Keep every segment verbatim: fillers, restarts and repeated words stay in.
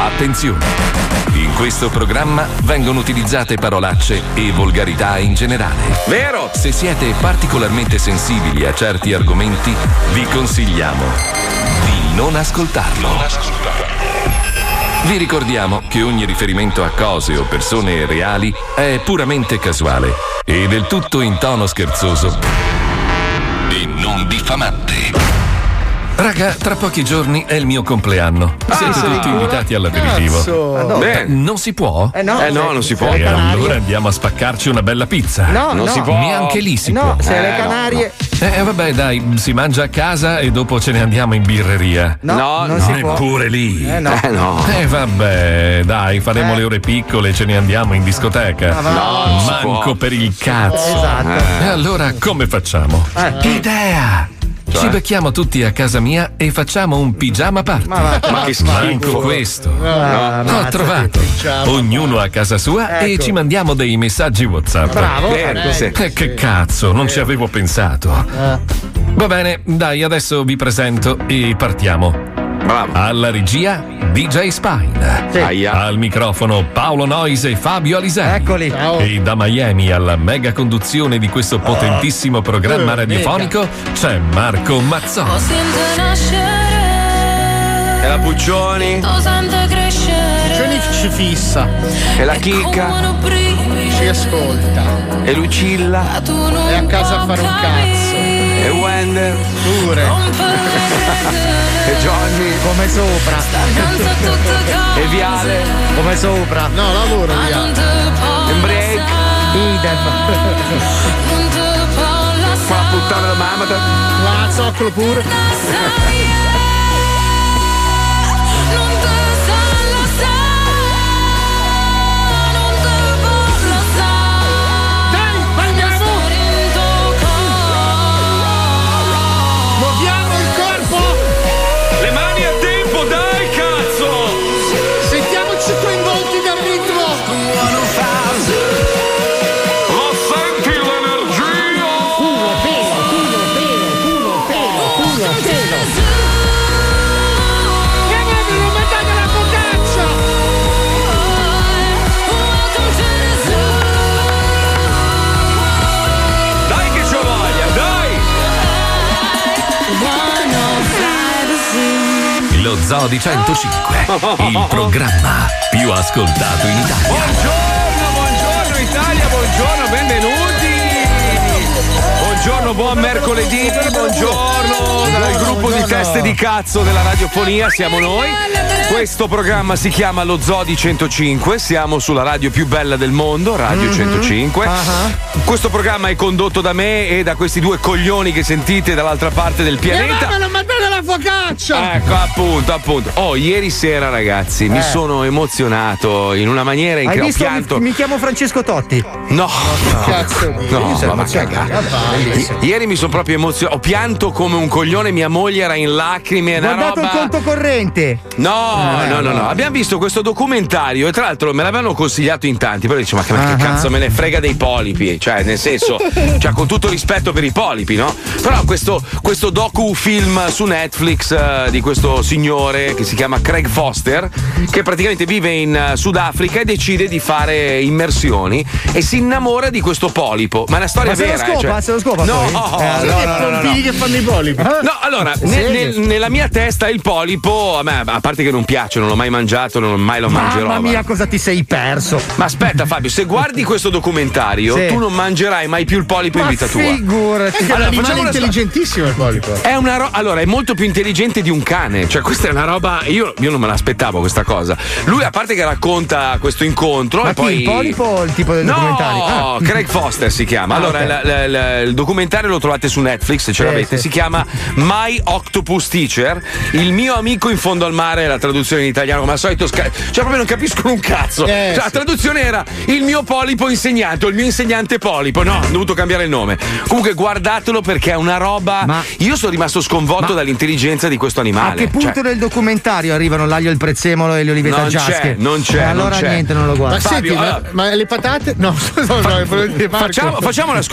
Attenzione! In questo programma vengono utilizzate parolacce e volgarità in generale. Vero? Se siete particolarmente sensibili a certi argomenti, vi consigliamo di non ascoltarlo. Non ascoltarlo. Vi ricordiamo che ogni riferimento a cose o persone reali è puramente casuale e del tutto in tono scherzoso e non diffamante. Raga, tra pochi giorni è il mio compleanno. Ah, Siete sì. tutti invitati all'aperitivo. Beh, non si può? Eh no, eh no, non si può. E allora andiamo a spaccarci una bella pizza. No, non no. si può. Neanche lì si No, può. se Eh, le no, Canarie. Eh vabbè, dai, si mangia a casa e dopo ce ne andiamo in birreria. No, No, non no, si può. Neppure lì. Eh no. Eh no. Eh vabbè, dai, faremo Eh. le ore piccole e ce ne andiamo in discoteca. Ma va. No, non si Manco può. per il cazzo. Esatto. E allora come facciamo? Eh. Idea! Ci becchiamo tutti a casa mia e facciamo un pigiama party. Ma va. Ma che Manco schifo. questo. Ah, Ho ammazzati. trovato. Ognuno a casa sua e Ecco. ci mandiamo dei messaggi WhatsApp. Bravo. Vero, ecco. sì. Eh, che cazzo, non ci avevo pensato. Eh. Va bene, dai, adesso vi presento e partiamo. Bravo. Alla regia D J Spine. Sì. Aia. Al microfono Paolo Noise e Fabio Alisei. Eccoli. E da Miami alla mega conduzione di questo potentissimo programma Eh, radiofonico c'è Marco Mazzoni. Lo sento nascere, E la Puccioni. lo sento crescere. Puccioni ci fissa, E la Come Chicca. un brividi, ci ascolta, E Lucilla. ma tu non è a casa a fare un cazzo. E Wender. Pure. E Johnny. Come sopra. E Viale. Come sopra. No, lavoro via. E Break. Idem. Qua puttana da mamma. La zoccolo pure. Dai, andiamo! Muoviamo il corpo! Le mani a tempo, dai, cazzo! Sentiamoci coinvolti nel ritmo! Lo senti l'energia? Culo, pelo, culo, pelo, culo, pelo, culo, pelo. Che avevi metà della focaccia! Dai che c'ho voglia, dai! Lo Zoo di centocinque, il programma più ascoltato in Italia. Buongiorno, buongiorno Italia, buongiorno, benvenuti! Buongiorno, buon mercoledì, buongiorno dal gruppo di teste di cazzo della radiofonia, siamo noi. Questo programma si chiama Lo Zoo di centocinque, siamo sulla radio più bella del mondo, Radio centocinque. Questo programma è condotto da me e da questi due coglioni che sentite dall'altra parte del pianeta. Levamelo, ma date la focaccia! Ecco, appunto, appunto. Oh, ieri sera, ragazzi, mi sono emozionato in una maniera Hai incredibile. Ho visto? pianto. Mi, mi chiamo Francesco Totti. No, Cazzo di no, Sei ma- ma emozionato. cagare. I- Ieri mi sono proprio emozionato. Ho pianto come un coglione. Mia moglie era in lacrime. È una Guardato roba. il conto corrente. No, no, no, no. Abbiamo visto questo documentario e tra l'altro me l'avevano consigliato in tanti. Però dice, ma che, ma che Ah. cazzo me ne frega dei polipi? Cioè, nel senso, cioè, con tutto rispetto per i polipi, no? Però questo, questo docu-film su Netflix eh, di questo signore che si chiama Craig Foster, che praticamente vive in eh, Sudafrica e decide di fare immersioni e si innamora di questo polipo. Ma è una storia Ma se lo vera. eh, scopa, cioè- se lo scopa No, poi? no, Eh, no, allora- no, no, no. pompini che fanno i polipi. No, allora, Sì, ne- sì. nel- nella mia testa il polipo, a me, a parte che non piace, non l'ho mai mangiato, non mai lo mangerò. Mamma mia, guarda. cosa ti sei perso. Ma aspetta, Fabio, se guardi questo documentario, Sì. tu non mangerai mai più il polipo in Ma vita tua. figurati. È un Allora, animale facciamo una- intelligentissimo il polipo. È una ro- allora, è molto più intelligente di un cane. Cioè, questa è una roba. Io, io non me l'aspettavo questa cosa. Lui, a parte che racconta questo incontro, Ma e chi, poi. il polipo o il tipo del No, documentario? Ah. Craig Foster si chiama. Ah, allora, ok. la- la- la- il documentario lo trovate su Netflix, se ce Sì, l'avete. sì. Si chiama My Octopus Teacher. Il mio amico in fondo al mare è la traduzione in italiano, come al solito. Sca- cioè, proprio non capiscono un cazzo. Eh, Cioè, la sì. traduzione era il mio polipo insegnante, o il mio insegnante polipo. No, ho dovuto cambiare il nome. Comunque, guardatelo perché è una roba. Ma- Io sono rimasto sconvolto dall'intelligenza di questo animale. A che punto Cioè, nel documentario arrivano l'aglio, il prezzemolo e le olivette Non a giasche? c'è, non c'è, E allora non c'è. niente, non lo Ma guardo. Fabio, senti, ma, allora- ma le patate? No, no, no, volevo dire Marco. Facciamo, facciamo una scommessa,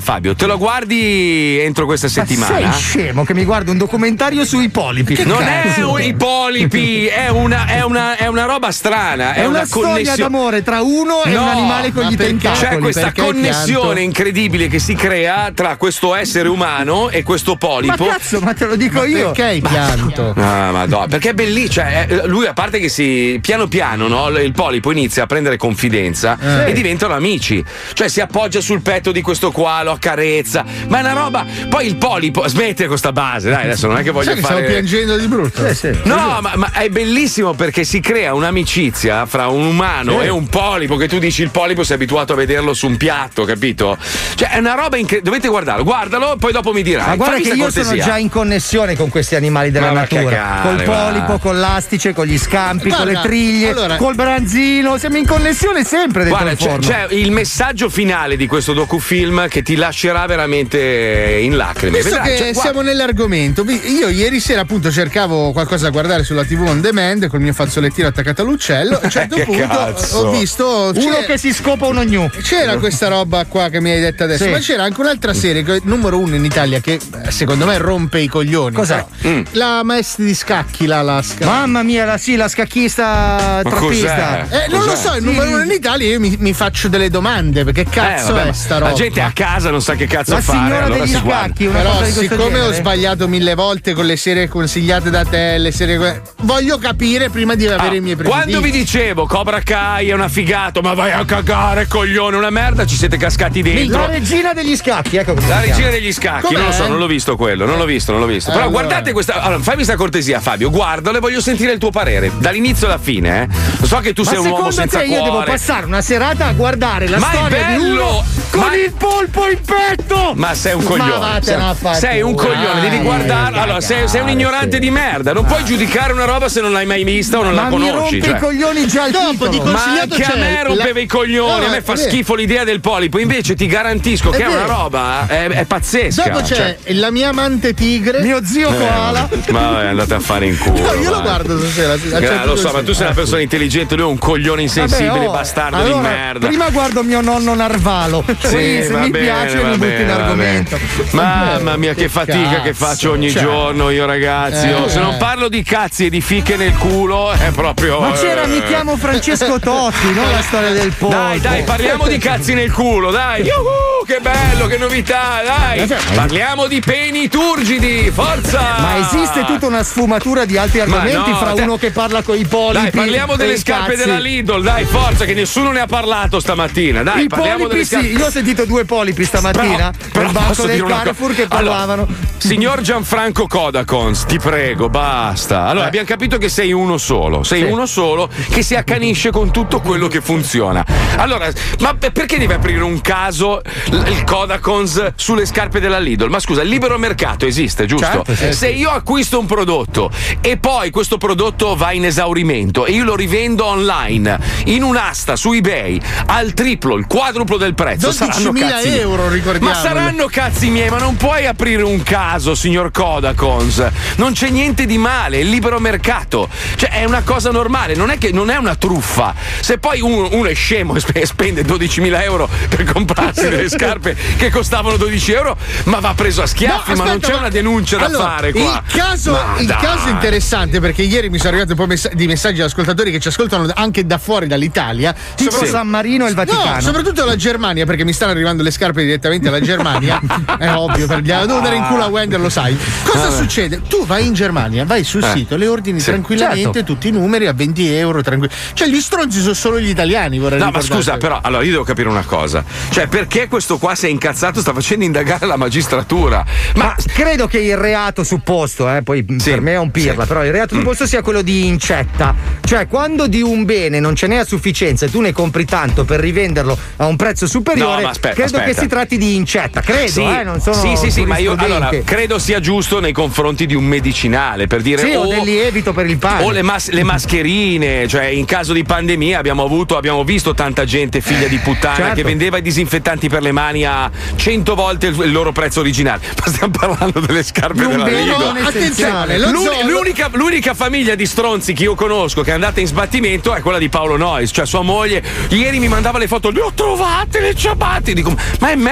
Fabio, te lo guardi entro questa settimana? Ma sei scemo che mi guardo un documentario sui polipi? Che non cazzo? è un, i polipi, è una, è, una, è una roba strana. È, è una, una storia connessione d'amore tra uno e No, un animale con ma gli perché? tentacoli. C'è questa Perché connessione pianto? incredibile che si crea tra questo essere umano e questo Ma polipo. cazzo, ma te lo dico Ma io. perché hai pianto? Ah, madonna, perché è bellissimo. Cioè, eh, lui, a parte che si piano piano, no, il polipo inizia a prendere confidenza Eh. e diventano amici. Cioè, si appoggia sul petto di questo qua, lo accarezza. Ma è una roba. Poi il polipo, smetti con sta base, dai, adesso non è che voglio Sai che fare. stavo piangendo di brutto? Sì, sì. No, ma, ma è bellissimo perché si crea un'amicizia fra un umano Sì. e un polipo, che tu dici il polipo sei abituato a vederlo su un piatto, capito? Cioè è una roba incredibile, dovete guardarlo, guardalo, poi dopo mi dirai. Ma guarda Fammi che sta io sono cortesia. già in connessione con questi animali della Ma va a natura. cagare, Col va. polipo, con l'astice, con gli scampi, con le Guarda, triglie, allora- col branzino. Siamo in connessione sempre dentro Guarda, il c'è, forno. c'è il messaggio finale di questo docufilm che ti lascerà veramente in lacrime. Visto Vedrai, che cioè, guarda- siamo nell'argomento, vi- io ieri sera appunto cercavo qualcosa da guardare sulla tivù on demand col mio fazzolettino attaccato all'uccello. A un certo Che punto cazzo. ho visto. Uno c'è- che si scopa un ognu. C'era questa roba qua che mi hai detto adesso, Sì. ma c'era anche un'altra serie, che è numero uno in Italia, che eh, secondo me rompe i coglioni. Cos'è? però. Mm. La maestra di scacchi, la, la sca- Mamma mia, la, sì, la scacchista Ma trappista. cos'è? Eh, non lo so, il numero uno in Italia, io mi, mi faccio delle domande, perché cazzo Eh, vabbè, è ma sta la roba? gente a casa non sa che cazzo La fare. signora allora degli si guarda. scacchi, una Però cosa di questo siccome ho genere. sbagliato mille volte con le serie consigliate da te, le serie que- voglio capire prima di avere Ah, i miei pregiudizi. quando vi dicevo Cobra Kai è una figata, ma vai a cagare, coglione, una merda, ci siete cascati dentro. La regina degli scacchi, ecco come La si chiama. regina degli scacchi, Com'è? non lo so, non l'ho visto quello, non l'ho visto, non l'ho visto. Eh, Però allora. guardate questa. Allora, fammi questa cortesia, Fabio, guardalo e voglio sentire il tuo parere. Dall'inizio alla fine, eh. Lo so che tu Ma sei un uomo secondo senza te io cuore. devo passare una serata a guardare la Ma è storia di bello! uno con Ma- il polpo in petto? Ma sei un Ma coglione. vattene a fare Sei un culo. coglione, devi Dai, guardarlo. Allora, sei, sei un ignorante di merda. Non puoi giudicare una roba se non l'hai mai vista o non Ma la mi conosci. rompe cioè. i coglioni già il Dopo titolo. di Ma consigliato anche a c'è me rompeva la- i coglioni, No, a me fa è vero. schifo l'idea del polipo. Invece ti garantisco È che è una vero. roba è, è pazzesca. Dopo c'è Cioè, la mia amante tigre. Mio zio koala. ma vai, andate a fare in culo. No, io lo vai. guardo stasera. a Eh, certo lo so, punto ma tu sei una sì. persona intelligente, lui è un coglione insensibile, Vabbè, oh, bastardo allora, di merda. Prima guardo mio nonno Narvalo. Poi Sì, se va mi bene, piace va mi butto bene, in va argomento. Mamma mia, che Che fatica che cazzo, faccio ogni cioè. giorno io, ragazzi. Eh, oh, se non eh. parlo di cazzi e di fiche nel culo, è proprio. Ma c'era eh. mi chiamo Francesco Totti, non la storia del polpo. Dai, dai, parliamo di cazzi nel culo, dai. Yuhu, che bello, che novità, dai. Parliamo di peni turgidi, forza. Ma esiste tutta una sfumatura di altri Ma argomenti no, fra te- uno che parla con i polipi. Dai, parliamo e delle i scarpe cazzi. della Lidl, dai, forza, che nessuno ne ha parlato stamattina. Dai, I parliamo polipi delle sì, scarpe. io ho sentito due polipi stamattina Però nel banco posso del dire una Carrefour cosa? che parlavano. Allora, signor Gianfranco Codacons, ti prego, basta. Allora, abbiamo capito che sei uno solo. Sei Sì. uno solo che si accanisce con tutto quello che funziona. Allora, ma perché devi aprire un caso l- il Codacons sulle scarpe della Lidl? Ma scusa, il libero mercato esiste, giusto? Certo, sì. Se io acquisto un prodotto e poi questo prodotto va in esaurimento e io lo rivendo online in un'asta su eBay al triplo, il quadruplo del prezzo, saranno dodicimila cazzi miei. euro, ricordiamo. Ma saranno cazzi miei, ma non puoi aprire un caso, signor Codacons. Non c'è niente di male, è il libero mercato. Cioè, è una cosa normale, non è che non è una truffa. Se poi uno, uno è scemo e spe- spende dodicimila euro per comprarsi delle scarpe che costavano dodici euro, ma va preso a schiaffi, No, ma non aspetta, c'è ma- una denuncia da allora, fare qua. Il caso, Ma il dai. caso interessante, perché ieri mi sono arrivati un po' messa- di messaggi da ascoltatori che ci ascoltano anche da fuori dall'Italia. Tipo Sopra- San Marino e il Vaticano. No, soprattutto la Germania, perché mi stanno arrivando le scarpe direttamente dalla Germania. È ovvio, per gliela devo dare in culo a Wender, lo sai. Cosa succede? Tu vai in Germania, vai sul Eh. sito, le ordini Sì, tranquillamente, certo. tutti i numeri a venti euro, tranquilli. Cioè, gli stronzi sono solo gli italiani, vorrei No, ma ricordarti. scusa, però, allora io devo capire una cosa. Cioè, perché questo qua si è incazzato, sta facendo indagare la magistratura? Ma Ma credo che il reato supposto, eh, poi Sì, per me è un pirla, sì. però il reato supposto sia quello di incetta. Cioè, quando di un bene non ce n'è a sufficienza e tu ne compri tanto per rivenderlo a un prezzo superiore, No, ma aspetta, credo aspetta. che si tratti di incetta. Credo, sì, eh, non sono sì, sì, sì, ma io allora giurisprudenche. credo sia giusto nei confronti di un medicinale, per dire Sì, o o, del lievito per il pane. o le, mas- le mascherine, cioè in caso di pandemia abbiamo avuto, abbiamo visto tanta gente figlia di puttana Certo. che vendeva i disinfettanti per le mani a cento volte il, il loro prezzo originale. Ma stiamo parlando delle scarpe Di un della bene Lidl. non attenzione, lo L'uni- zoo- l'unica, l'unica famiglia di stronzi che io conosco che è andata in sbattimento è quella di Paolo Noyes, cioè sua moglie. Ieri mi mandava le foto, le ho trovate le ciabatte. Dico, ma è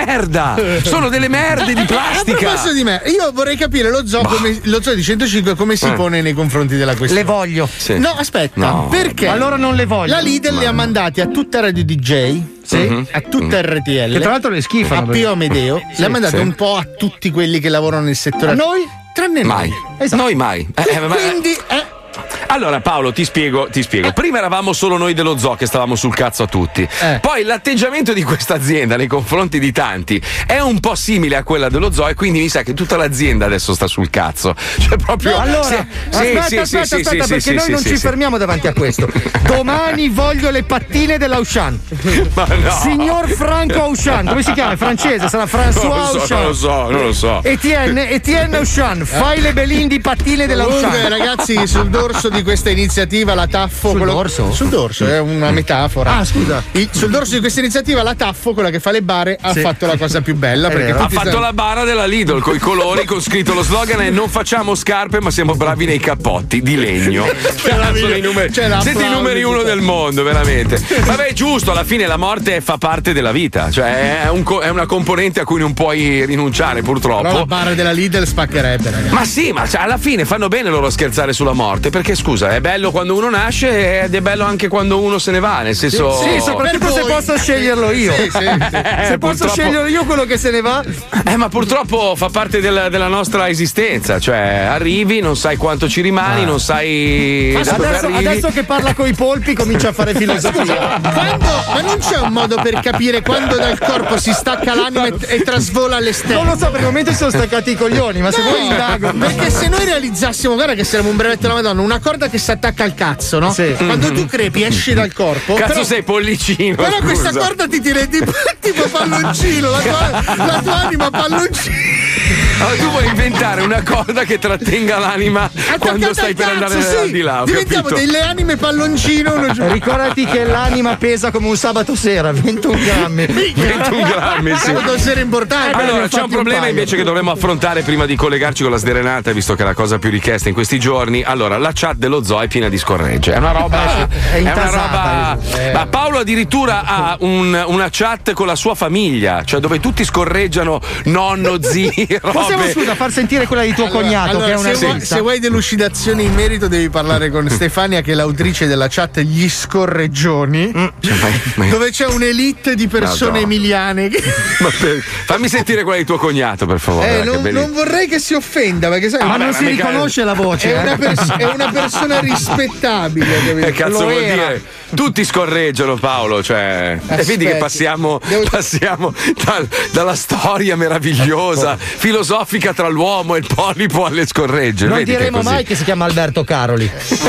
merda! Sono delle merde di plastica! A proposito di me, io vorrei capire lo zoo, come, lo zoo di centocinque come si Eh. pone nei confronti della questione. Le voglio. Sì. No, aspetta, No. perché? Allora non le voglio. La Lidl li ha mandati a tutta Radio D J, Mhm. a tutta R T L, Che tra l'altro le a schifano. Pio Amedeo, le ha mandate sì. un po' a tutti quelli che lavorano nel settore. A noi? Tranne Mai. noi. Esatto. Noi mai. Eh, eh, ma- Quindi, eh, Allora Paolo ti spiego, ti spiego. Prima eravamo solo noi dello zoo che stavamo sul cazzo a tutti. Eh. Poi l'atteggiamento di questa azienda nei confronti di tanti è un po' simile a quella dello zoo e quindi mi sa che tutta l'azienda adesso sta sul cazzo. Cioè proprio Allora, sì, aspetta, sì, aspetta, sì, aspetta, sì, aspetta, sì, perché sì, noi sì, non sì, ci sì. fermiamo davanti a questo. Domani voglio le pattine dell'Auchan. Ma no. Signor Franco Auchan, come si chiama? È francese, sarà François Non lo so, Auchan. non lo so, non lo so. Etienne, Etienne Auchan, fai le belin di pattine comunque, dell'Auchan. ragazzi, sul dorso di questa iniziativa la Taffo. Sul quello- dorso? Sul dorso, è una metafora. Ah, scusa. Il- sul dorso di questa iniziativa la Taffo, quella che fa le bare, ha Sì. fatto la cosa più bella. È Perché vero. Ha tutti fatto stanno- la bara della Lidl con i colori, con scritto lo slogan è non facciamo scarpe ma siamo bravi nei cappotti di legno. Cioè, sono i numeri, C'è l'applauso siete i numeri di uno tutto. del mondo, veramente. Vabbè, giusto, alla fine la morte fa parte della vita, cioè è, un co- è una componente a cui non puoi rinunciare Però la purtroppo. bara della Lidl spaccherebbe, ragazzi. Ma sì, ma cioè, alla fine fanno bene loro a scherzare sulla morte, perché scusa, è bello quando uno nasce ed è bello anche quando uno se ne va, nel senso. Sì, soprattutto Per se voi. posso sceglierlo io. Sì, sì, sì. Eh, Se posso purtroppo- scegliere io quello che se ne va. Eh, ma purtroppo fa parte del- della nostra esistenza, cioè arrivi, non sai quanto ci rimani, non sai da dove Adesso, arrivi. adesso che parla coi polpi comincia a fare filosofia. Quando, ma non c'è un modo per capire quando dal corpo si stacca l'anima e, e trasvola all'esterno? Non lo so, perché al momento si sono staccati i coglioni, ma se No, vuoi indago. perché se noi realizzassimo, guarda che saremmo un brevetto della Madonna, una corda che si attacca al cazzo, no? Sì. Quando tu crepi esci dal corpo. Cazzo però, sei pollicino. però scusa. questa corda ti tiene tipo, tipo palloncino, la tua, la tua anima palloncino. Allora, tu vuoi inventare una corda che trattenga l'anima quando Attaccata stai al per andare cazzo, al sì. di là, ho Diventiamo capito? delle anime palloncino. uno giù. Ricordati che l'anima pesa come un sabato sera, ventuno grammi. ventuno grammi, sì. Devono essere importanti. Eh, beh, ne Allora, ho c'è un fatti problema un paio. invece che dovremmo affrontare prima di collegarci con la sderenata, visto che è la cosa più richiesta in questi giorni. Allora, la chat dello zoo è piena di scorregge. È una roba. È È una intasata, roba. Ma Paolo addirittura ha un- una chat con la sua famiglia, cioè dove tutti scorreggiano nonno, zii, Possiamo robe. scusa far sentire quella di tuo Allora, cognato, allora, che è una se, vuoi, senza. se vuoi delucidazioni in merito devi parlare con Stefania, che è l'autrice della chat Gli Scorreggioni, Cioè, ma- ma- dove c'è un'elite di persone Madonna. emiliane che- ma per- fammi sentire quella di tuo cognato, per favore. Eh, che non, bellissimo. non vorrei che si offenda, perché sai, Ah, Ma vabbè, non ma si mica- riconosce la voce. è, una eh. pers- è una persona rispettabile, capito? Che cazzo Lo vuol era. dire? Tutti scorreggiano, Paolo. Cioè, e vedi che Aspetti. passiamo, Devo- passiamo dal- dalla storia meravigliosa, filosofica tra l'uomo e il polipo alle scorregge. Non Vedi che è diremo così. mai che si chiama Alberto Caroli.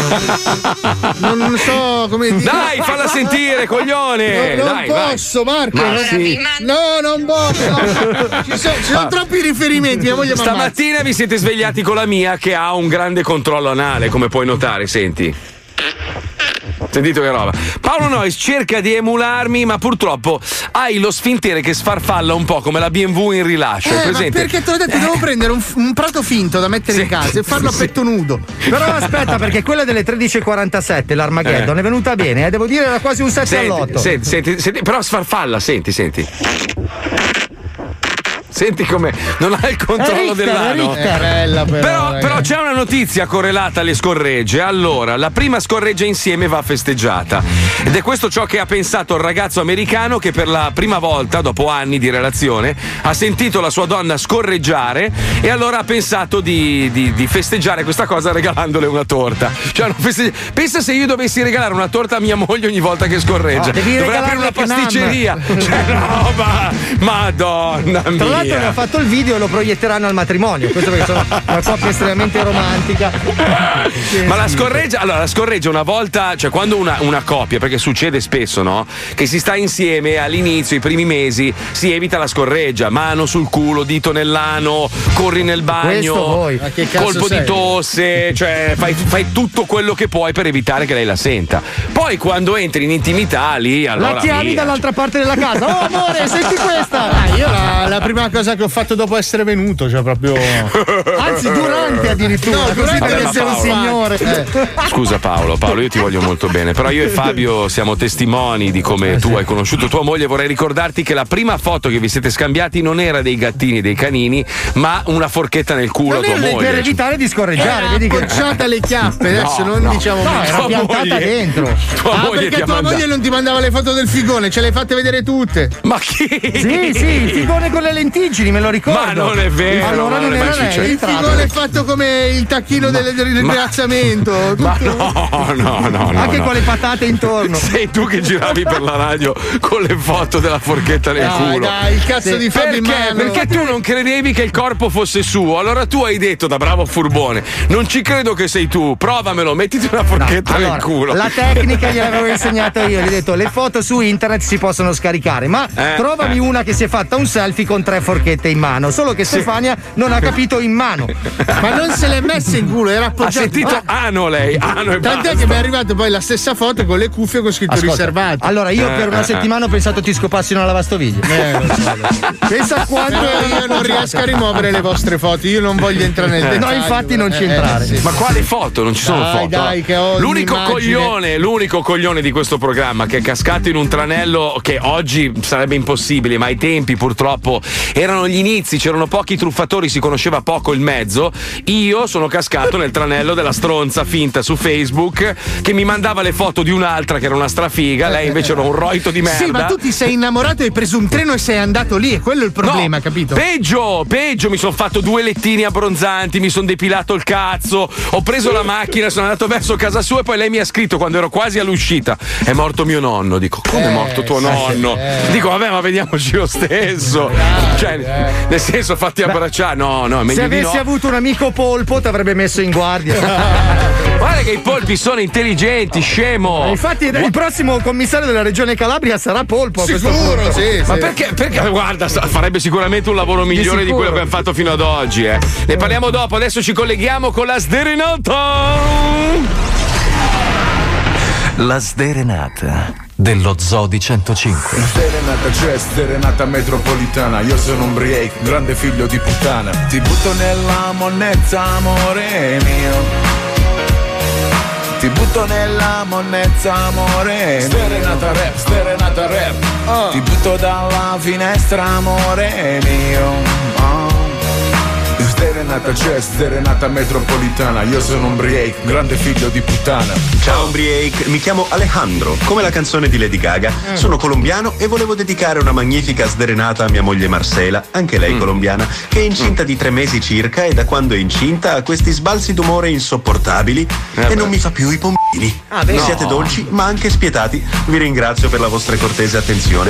Non, non so come dire. Dai, falla sentire, coglione! Non, non Dai, vai. posso, Marco. Ma non- sì. No, non posso. Ci sono, ci sono troppi riferimenti. Mia moglie mi ammazza. Stamattina vi siete svegliati con la mia che ha un grande controllo anale, come puoi notare, senti. Sentite che roba. Paolo Nois cerca di emularmi, ma purtroppo hai lo sfintere che sfarfalla un po' come la B M W in rilascio. Hai Eh, ma presente? perché te l'ho detto, devo prendere un, un prato finto da mettere Sì. in casa e farlo Sì. a petto nudo. Però aspetta, perché quella delle tredici e quarantasette, l'Armageddon, Eh. è venuta bene, eh, devo dire era quasi un sette Senti, all'otto. senti, senti, senti, però sfarfalla, senti, senti. Senti come non ha il controllo È Richter, dell'ano. è Richter. È bella però. Però, ragazzi. però c'è una notizia correlata alle scorregge. Allora, la prima scorreggia insieme va festeggiata. Ed è questo ciò che ha pensato il ragazzo americano che per la prima volta, dopo anni di relazione, ha sentito la sua donna scorreggiare e allora ha pensato di, di- di festeggiare questa cosa regalandole una torta. Cioè, non festeggi- pensa se io dovessi regalare una torta a mia moglie ogni volta che scorreggia. Ah, devi Dovrei aprire regalarle una Knam. pasticceria. Cioè, roba! Madonna mia! Tra l'altro ne ho fatto il video e lo proietteranno al matrimonio. Questo perché sono una coppia estremamente romantica. Ma la scorreggia, allora la scorreggia una volta, cioè quando una, una coppia, perché succede spesso, no? Che si sta insieme all'inizio, i primi mesi, si evita la scorreggia, mano sul culo, dito nell'ano, corri nel Questo bagno, voi. Ma che cazzo colpo sei? di tosse, cioè fai, fai tutto quello che puoi per evitare che lei la senta. Poi quando entri in intimità lì, allora La chiami via. dall'altra parte della casa. Oh amore, senti questa! Ah, io la, la prima cosa che ho fatto dopo essere venuto, cioè proprio. Anzi, durante addirittura. No, così durante deve essere un signore. Eh. Scusa Paolo, Paolo, io ti voglio molto bene, però io e Fabio siamo testimoni di come tu hai conosciuto tua moglie. Vorrei ricordarti che la prima foto che vi siete scambiati non era dei gattini, dei canini, ma una forchetta nel culo a tua moglie. Per evitare di scorreggiare, vedi che appoggiata alle chiappe, adesso No, non no. diciamo no, male. era Tua piantata moglie- dentro. Tua Ah, moglie ti perché ha tua mandato- moglie non ti mandava le foto del figone, ce le hai fatte vedere tutte. Ma chi? Sì, sì, il figone con le lentiggini, me lo ricordo. Ma non è vero, Allora ma non non è era mai lei. successo. Il figone è fatto come il tacchino del, del ringraziamento. Ma tutto- no, no, no, no. Anche no. con le patate intorno. Sei tu che giravi per la radio con le foto della forchetta nel Dai, culo. dai, il cazzo Sì. di Fabio in Perché? mano. Perché tu non credevi che il corpo fosse suo? Allora tu hai detto da bravo furbone: non ci credo che sei tu, provamelo, mettiti una forchetta Allora, nel culo. la tecnica gliel'avevo insegnata io, gli ho detto le foto su internet si possono scaricare, ma Eh, trovami eh. una che si è fatta un selfie con tre forchette in mano, solo che Stefania non ha capito in mano. Ma non se l'è messa in culo, era Ha appoggiata. sentito ano lei, ano e Tant'è basta. che mi è arrivato poi la stessa foto con le cuffie con scritto Ascolta, riservato. allora io per una Eh, settimana ho pensato ti scopassi una lavastoviglie. Eh, lo so, lo so. Pensa quanto Però io non riesco a rimuovere le vostre foto, io non voglio entrare nel dettaglio. No, infatti non ci Eh, eh, entrare. sì. Ma quali foto? Non ci sono Dai, foto. dai, che ho l'unico un'immagine. coglione, l'unico coglione di questo programma che è cascato in un tranello che oggi sarebbe impossibile, ma ai tempi purtroppo erano gli inizi, c'erano pochi truffatori, si conosceva poco il mezzo. Io sono cascato nel tranello della stronza finta su Facebook che mi mandava le foto di un'altra che era una strafiga, lei invece era un roito di merda. Sì, ma tu ti sei innamorato, hai preso un treno e sei andato lì, e quello è il problema, No, capito? Peggio, peggio, mi sono fatto due lettini abbronzanti, mi sono depilato il cazzo, ho preso la macchina, sono andato verso casa sua e poi lei mi ha scritto quando ero quasi all'uscita: è morto mio nonno. Dico, come è Eh, morto tuo sì, nonno? eh. Dico, vabbè, ma vediamoci lo stesso. Cioè, nel senso, fatti abbracciare. No, no, è meglio Se di avessi no. avuto un amico polpo ti avrebbe messo in guardia. Guarda che i polpi sono intelligenti, scemo. Infatti il prossimo commissario della regione Calabria sarà polpo. a questo Sicuro, punto. sì, Ma sì. perché, perché, guarda, sa- farebbe sicuramente un lavoro migliore di, sicuro. quello che abbiamo fatto fino ad oggi. Eh. Ne parliamo dopo, adesso ci colleghiamo con la sderinata. La sderenata dello Zoo di centocinque. Sderenata c'è, sderenata metropolitana. Io sono un break, grande figlio di puttana. Ti butto nella monnezza, amore mio. Ti butto nella monnezza, amore. Sderenata rap, sderenata rap. Ti butto dalla finestra, amore mio. Oh. Sderenata c'è, sderenata metropolitana. Io sono un break, grande figlio di puttana. Ciao Umbriake, mi chiamo Alejandro, come la canzone di Lady Gaga. Sono colombiano e volevo dedicare una magnifica sderenata a mia moglie Marcela, anche lei colombiana, che è incinta di tre mesi circa e da quando è incinta ha questi sbalzi d'umore insopportabili e non mi fa più i pompini. beh. Siete No. dolci ma anche spietati. Vi ringrazio per la vostra cortese attenzione.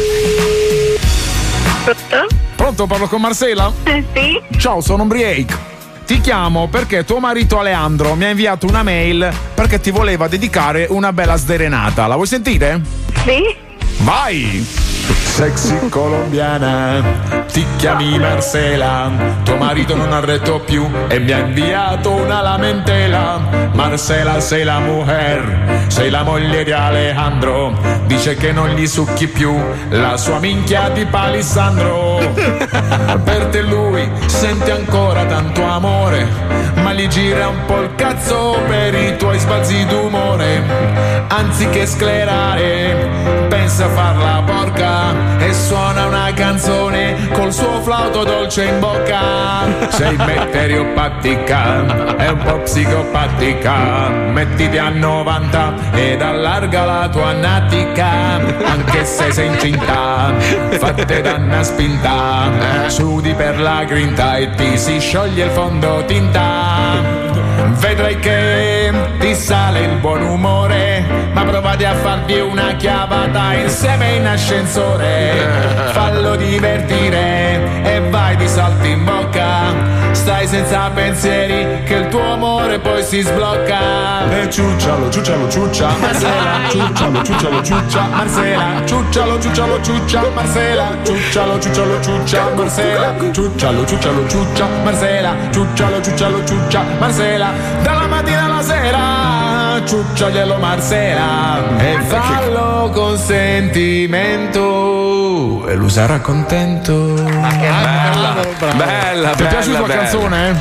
Pronto, parlo con Marcela? Sì, Ciao, sono Umbriake. Ti chiamo perché tuo marito Alejandro mi ha inviato una mail perché ti voleva dedicare una bella sderenata. La vuoi sentire? sì. Vai! Sexy colombiana, ti chiami Marcela, tuo marito non ha retto più e mi ha inviato una lamentela. Marcela, sei la mujer, sei la moglie di Alejandro, dice che non gli succhi più la sua minchia di palissandro. Per te lui sente ancora tanto amore, ma gli gira un po' il cazzo per i tuoi sbalzi d'umore. Anziché sclerare, pensa a far la porca e suona una canzone col suo flauto dolce in bocca. Sei meteoropatica, è un po' psicopatica, mettiti a novanta ed allarga la tua natica. Anche se sei incinta, fatte da una spinta, sudi per la grinta e ti si scioglie il fondotinta. Vedrai che ti sale il buon umore, ma provate a farvi una chiavata insieme in ascensore. Fallo divertire e vai di salto in bocca. Stai senza pensieri che il tuo amore poi si sblocca. E ciuccialo, ciuccialo, ciuccia Marcela, ciuccialo, ciuccialo, ciuccia Marcela, ciuccialo, ciuccialo, ciuccia Marcela, ciuccialo, ciuccialo, ciuccia Marcela, ciuccialo, ciuccialo, ciuccia Marcela, ciuccialo, ciuccialo, ciuccia Marcela. Dalla mattina alla sera ciucciaglielo Marcela e fallo con sentimento e lo sarà contento. Ma che bella, bella, bella. Ti è piaciuta la bella. canzone?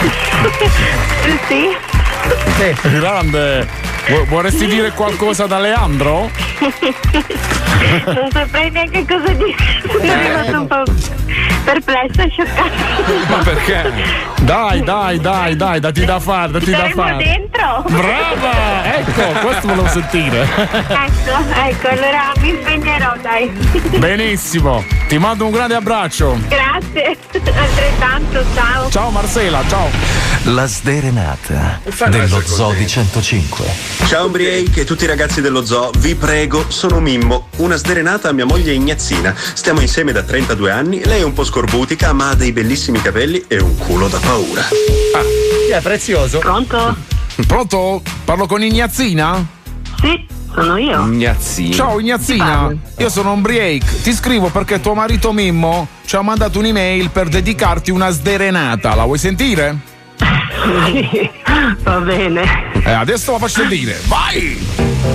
Sì. Grande. Vu- vorresti dire qualcosa da Leandro? Non saprei neanche cosa dire. Sono rimasto un po' perplessa e scioccata. Ma perché? Dai, dai, dai, dai, datti da fare, datti da Saremo fare. dentro. Brava! Ecco, questo volevo sentire. Ecco, ecco, allora mi impegnerò, dai. Benissimo, ti mando un grande abbraccio. Grazie, altrettanto, ciao. Ciao Marcela, ciao. La sderenata dello Zoo di centocinque. Ciao Ombriake e tutti i ragazzi dello zoo, vi prego, sono Mimmo, una sderenata a mia moglie Ignazzina. Stiamo insieme da trentadue anni, lei è un po' scorbutica ma ha dei bellissimi capelli e un culo da paura. Ah, è prezioso. Pronto? Pronto? Parlo con Ignazzina? Sì, sono io. Ignazzina. Ciao Ignazzina, io sono Ombriake, ti scrivo perché tuo marito Mimmo ci ha mandato un'email per dedicarti una sderenata, la vuoi sentire? Sì, va bene. Eh, adesso la faccio sentire, vai!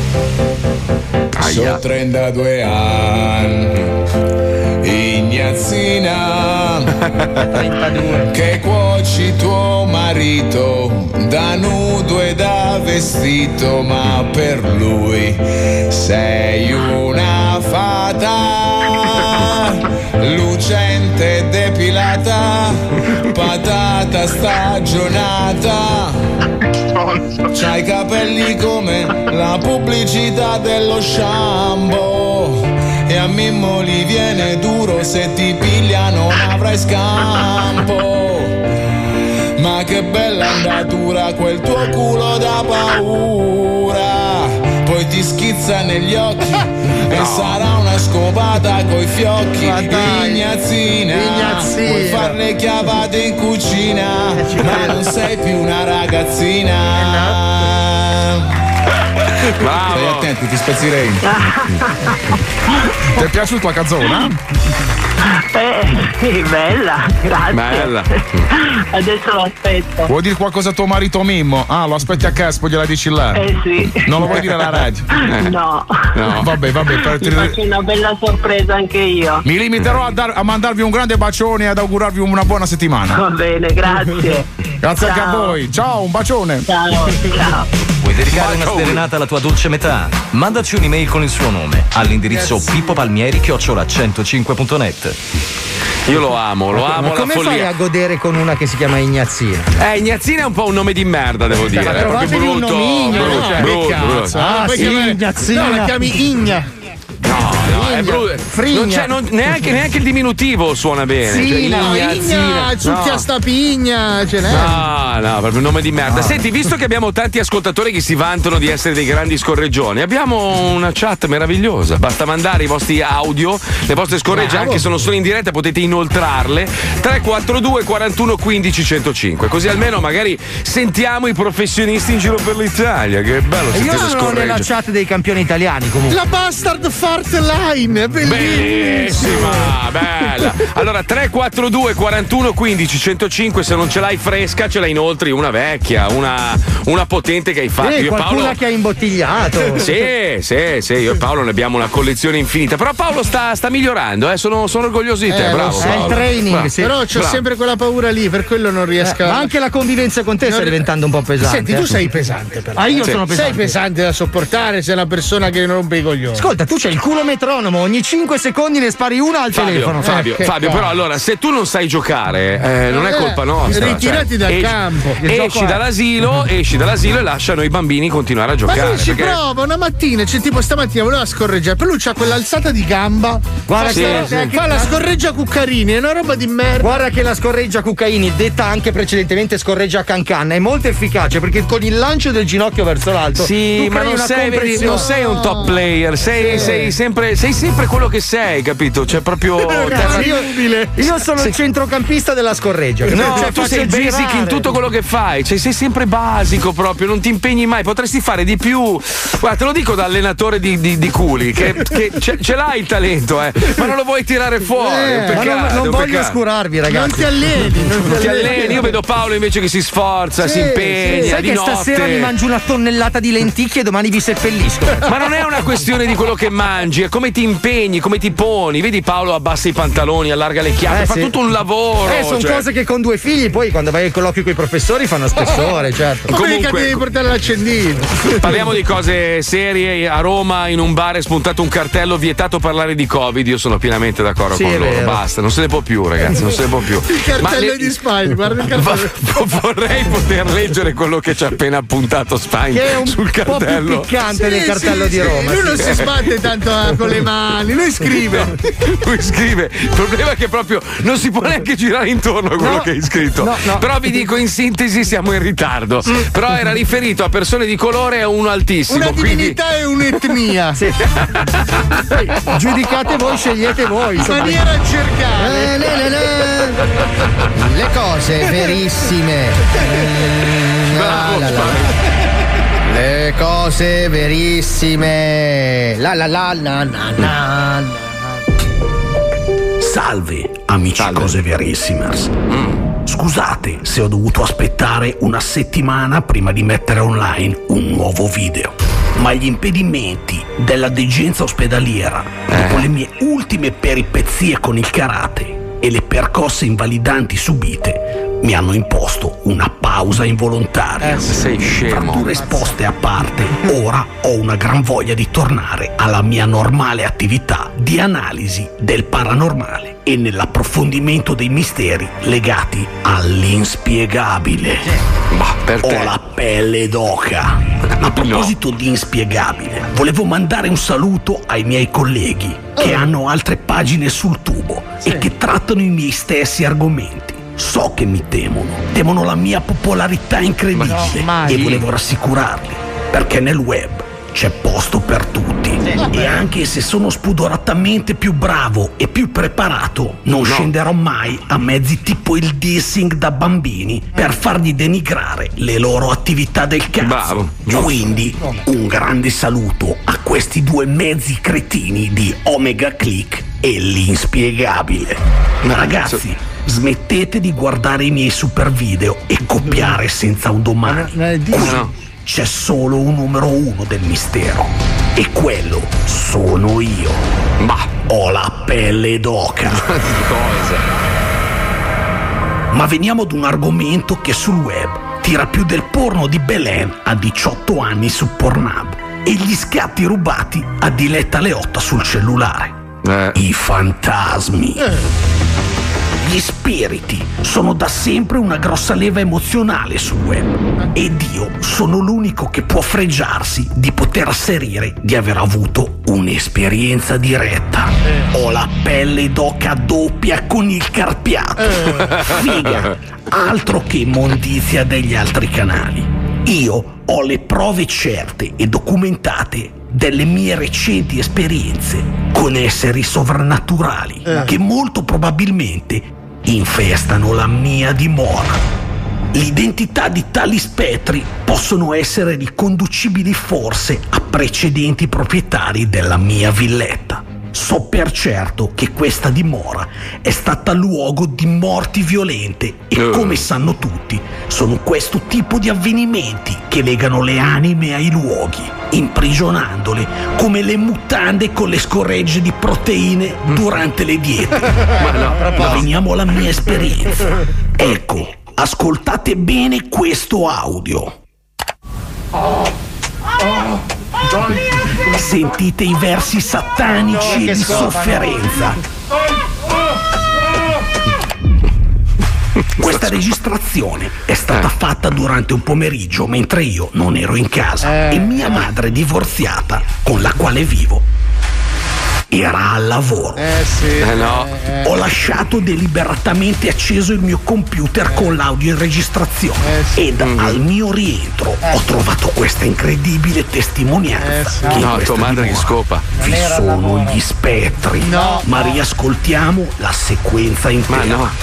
Sono trentadue anni, Ignazzina, che cuoci tuo marito da nudo e da vestito, ma per lui sei una fata, lucente e depilata, patata stagionata. C'hai i capelli come la pubblicità dello shampoo e a Mimmo gli viene duro, se ti piglia non avrai scampo. Ma che bella andatura quel tuo culo da paura, poi ti schizza negli occhi e sarà una scopata coi fiocchi. Ignazzina, Ignazzina, vuoi fare le chiavate in cucina, ma non sei più una ragazzina. Bravo. Stai attento, ti spazzirei. Ti è piaciuta la canzone? Eh, sì, bella, grazie. Bella. Adesso lo aspetto. Vuoi dire qualcosa a tuo marito Mimmo? Ah, lo aspetti a Caspo, gliela dici là. Eh sì. Non lo vuoi dire alla radio? No. No, vabbè, vabbè, per Mi faccio una bella sorpresa anche io. mi limiterò a, dar- a mandarvi un grande bacione e ad augurarvi una buona settimana. Va bene, grazie. Grazie Ciao. anche a voi. Ciao, un bacione. Ciao, ciao. Vuoi dedicare una sderenata alla tua dolce metà? Mandaci un'email con il suo nome all'indirizzo pippopalmieri chiocciola centocinque punto net. Io lo amo, lo amo Ma la come fai follia. a godere con una che si chiama Ignazzina? Eh, Ignazzina è un po' un nome di merda, devo dire. Ma È proprio trovatevi un brutto. nomignolo, brutto, cioè, brutto, che brutto. cazzo? Ah, puoi sì, chiamare- Ignazzina. No, la chiami Igna. No, no, è brutto. Frigna. Non c'è non- neanche, neanche il diminutivo suona bene. Sì, Cioè, no, Igna, Ignazzina. zucchia No. sta pigna, ce n'è. No, no, proprio un nome di merda. Senti, visto che abbiamo tanti ascoltatori che si vantano di essere dei grandi scorreggioni, abbiamo una chat meravigliosa. Basta mandare i vostri audio, le vostre scorregge, Bravo. anche se non sono in diretta, potete inoltrarle. tre quattro due quarantuno quindici centocinque. Così almeno magari sentiamo i professionisti in giro per l'Italia. Che bello E sentire io le sono nella scorregge. chat dei campioni italiani comunque. La bastard fart line, è bellissima. Bellissima, bella. Allora tre quattro due quarantuno quindici centocinque, se non ce l'hai fresca ce l'hai inoltre una vecchia, una, una potente che hai fatto. Eh, Io e qualcuna Paolo che ha imbottigliato. Sì, sì, sì, io e Paolo ne abbiamo una collezione infinita. Però Paolo sta, sta migliorando, eh, sono, sono orgoglioso di te, Eh, lo bravo. so. È il Paolo. training, Bravo. sì. Però c'ho Bravo. sempre quella paura lì, per quello non riesco Ma a. anche la convivenza con te sta diventando un po' pesante. Senti, tu eh. sei pesante però. Ah, io Sì. sono Sei pesante. pesante da sopportare, sei una persona che non rompe i coglioni. Ascolta, tu c'hai il culo metronomo, ogni cinque secondi ne spari una al Fabio, telefono. Fabio, Eh, che Fabio, però cazzo. allora se tu non sai giocare, eh, non è Eh, colpa nostra. ritirati dal esci- campo. Il gioco Esci è- dall'asilo, esci dall'asilo e lasciano i bambini continuare a Ma giocare. lui ci perché- prova una mattina, cioè tipo stamattina voleva scorreggiare, però lui c'ha quell'alzata di gamba. Guarda fa, Sì, sta- sì. fa la scorreggia Cuccarini, è una roba di merda. Guarda che la scorreggia Cuccaini, detta anche precedentemente scorreggia Cancan, è molto efficace perché con il lancio del ginocchio verso l'alto Sì, tu ma crei non una sei, vedi, compressione. non sei un top player, sei, Sì. sei, sempre, sei sempre quello che sei, capito? Cioè, proprio. Ragazzi, io, io sono il centrocampista della scorreggia. No, cioè, tu sei faccio basic girare. in tutto quello che fai, cioè sei sempre basico proprio, non ti impegni mai, potresti fare di più. Guarda, te lo dico da allenatore di, di, di culi, che, che ce, ce l'hai il talento, eh, ma non lo vuoi tirare fuori. Eh, è un peccato, ma non, non è un voglio peccato. oscurarvi, ragazzi. Non ti alleni, non ti Non ti alleni. alleni, io vedo Paolo invece che si sforza, Sì, si impegna, sì. Sai di che notte. stasera mi mangio una tonnellata di lenticchie e domani vi seppellisco. Ma non è una questione di quello che mangi, è come ti impegni, come ti poni. Vedi Paolo abbassa i pantaloni, allarga le chiappe, Eh, fa sì. tutto un lavoro. Eh, sono cioè. cose che con due figli poi quando vai ai colloqui con i professori fanno spessore, certo. Come mica Comunque- devi portare l'accendino. Parliamo di cose serie. A Roma in un bar è spuntato un cartello vietato parlare di Covid. Io sono pienamente d'accordo Sì, con è loro. vero. Basta, non se ne può più, ragazzi. Non se ne può più. Il cartello Ma le- di Spine, guarda il cartello. Va- vorrei poter leggere quello che ci ha appena appuntato Spine Che è un sul po' più cartello. piccante del Sì, cartello sì, di sì. Roma. Lui non sì. si sbatte tanto eh, con le mani, lui scrive. Lui scrive. Il problema è che proprio non si può neanche girare intorno a quello No. che hai scritto. No, no. Però vi dico in sintesi siamo in ritardo. Però era riferito a persone di colore e a uno altissimo. Una quindi... divinità e un'etnia. Sì. Poi, giudicate voi, scegliete voi. In insomma. maniera cercale. Eh, ne, ne, ne. Le cose verissime. Mm, la, la, la. Le cose verissime. La la la na na na. Salve, amici cose verissimers. Scusate se ho dovuto aspettare una settimana prima di mettere online un nuovo video. Ma gli impedimenti della degenza ospedaliera, dopo le mie ultime peripezie con il karate e le percosse invalidanti subite, mi hanno imposto una pausa involontaria. Eh, sei scemo. Fratture esposte a parte, ora ho una gran voglia di tornare alla mia normale attività di analisi del paranormale e nell'approfondimento dei misteri legati all'inspiegabile. Ma per te. Ho la pelle d'oca. A proposito di inspiegabile, volevo mandare un saluto ai miei colleghi che hanno altre pagine sul tubo e che trattano i miei stessi argomenti. So che mi temono, temono la mia popolarità incredibile no, mai. e volevo rassicurarli, perché nel web c'è posto per tutti. E anche se sono spudoratamente più bravo e più preparato, non scenderò mai a mezzi tipo il dissing da bambini per fargli denigrare le loro attività del cazzo. Bravo, giusto. Quindi un grande saluto a questi due mezzi cretini di Omega Click e l'inspiegabile. Ragazzi, smettete di guardare i miei super video e copiare senza un domani. Qui c'è solo un numero uno del mistero e quello sono io. Ma ho la pelle d'oca. Ma veniamo ad un argomento che sul web tira più del porno di Belen a diciotto anni su Pornhub e gli scatti rubati a Diletta Leotta sul cellulare. Eh. I fantasmi. Gli spiriti sono da sempre una grossa leva emozionale sul web ed io sono l'unico che può fregiarsi di poter asserire di aver avuto un'esperienza diretta. Ho la pelle d'oca doppia con il carpiato. Figa, altro che immondizia degli altri canali. Io ho le prove certe e documentate delle mie recenti esperienze con esseri sovrannaturali Eh. che molto probabilmente infestano la mia dimora. L'identità di tali spettri possono essere riconducibili forse a precedenti proprietari della mia villetta. So per certo che questa dimora è stata luogo di morti violente e, come sanno tutti, sono questo tipo di avvenimenti che legano le anime ai luoghi, imprigionandole come le mutande con le scorregge di proteine durante le diete. Ma no, ma veniamo alla mia esperienza. Ecco, ascoltate bene questo audio. Sentite i versi satanici e di sofferenza. Questa registrazione è stata fatta durante un pomeriggio mentre io non ero in casa e mia madre divorziata, con la quale vivo, era al lavoro. Eh sì. Eh no. Eh, Ho lasciato deliberatamente acceso il mio computer con l'audio in registrazione Eh sì. ed Mm. al mio rientro ho trovato questa incredibile testimonianza. Eh sì. che in No, questa tua madre che dimora scopa. vi sono gli spettri. No. Ma riascoltiamo la sequenza intera. Ma no.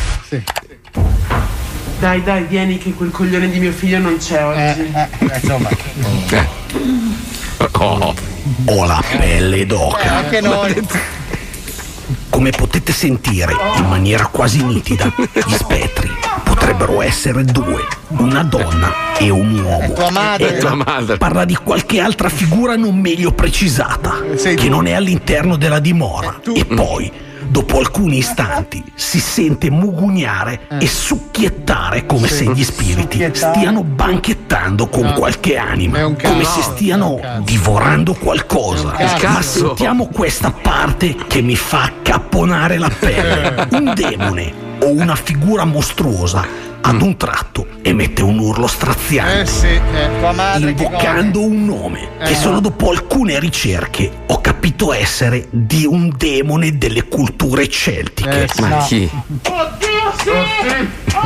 Dai, dai, vieni che quel coglione di mio figlio non c'è oggi. Eh, eh, insomma. Eh. Oh. Ho la pelle d'oca. Anche noi. Come potete sentire in maniera quasi nitida, gli spettri potrebbero essere due, una donna e un uomo. Tua madre. E Tua madre. parla di qualche altra figura non meglio precisata, Sei che tu. non è all'interno della dimora. tu. E poi, dopo alcuni istanti, si sente mugugnare e succhiettare come se gli spiriti Succhiettare. stiano banchettando con No. qualche anima, È un cazzo. come se stiano divorando qualcosa. È un cazzo. Ma sentiamo questa parte che mi fa capponare la pelle. Un demone o una figura mostruosa ad un tratto emette un urlo straziante. Eh sì. Eh, tua madre che Invocando un nome che Eh. solo dopo alcune ricerche ho capito essere di un demone delle culture celtiche. Eh, sì. Ma No. chi? Oddio, sì!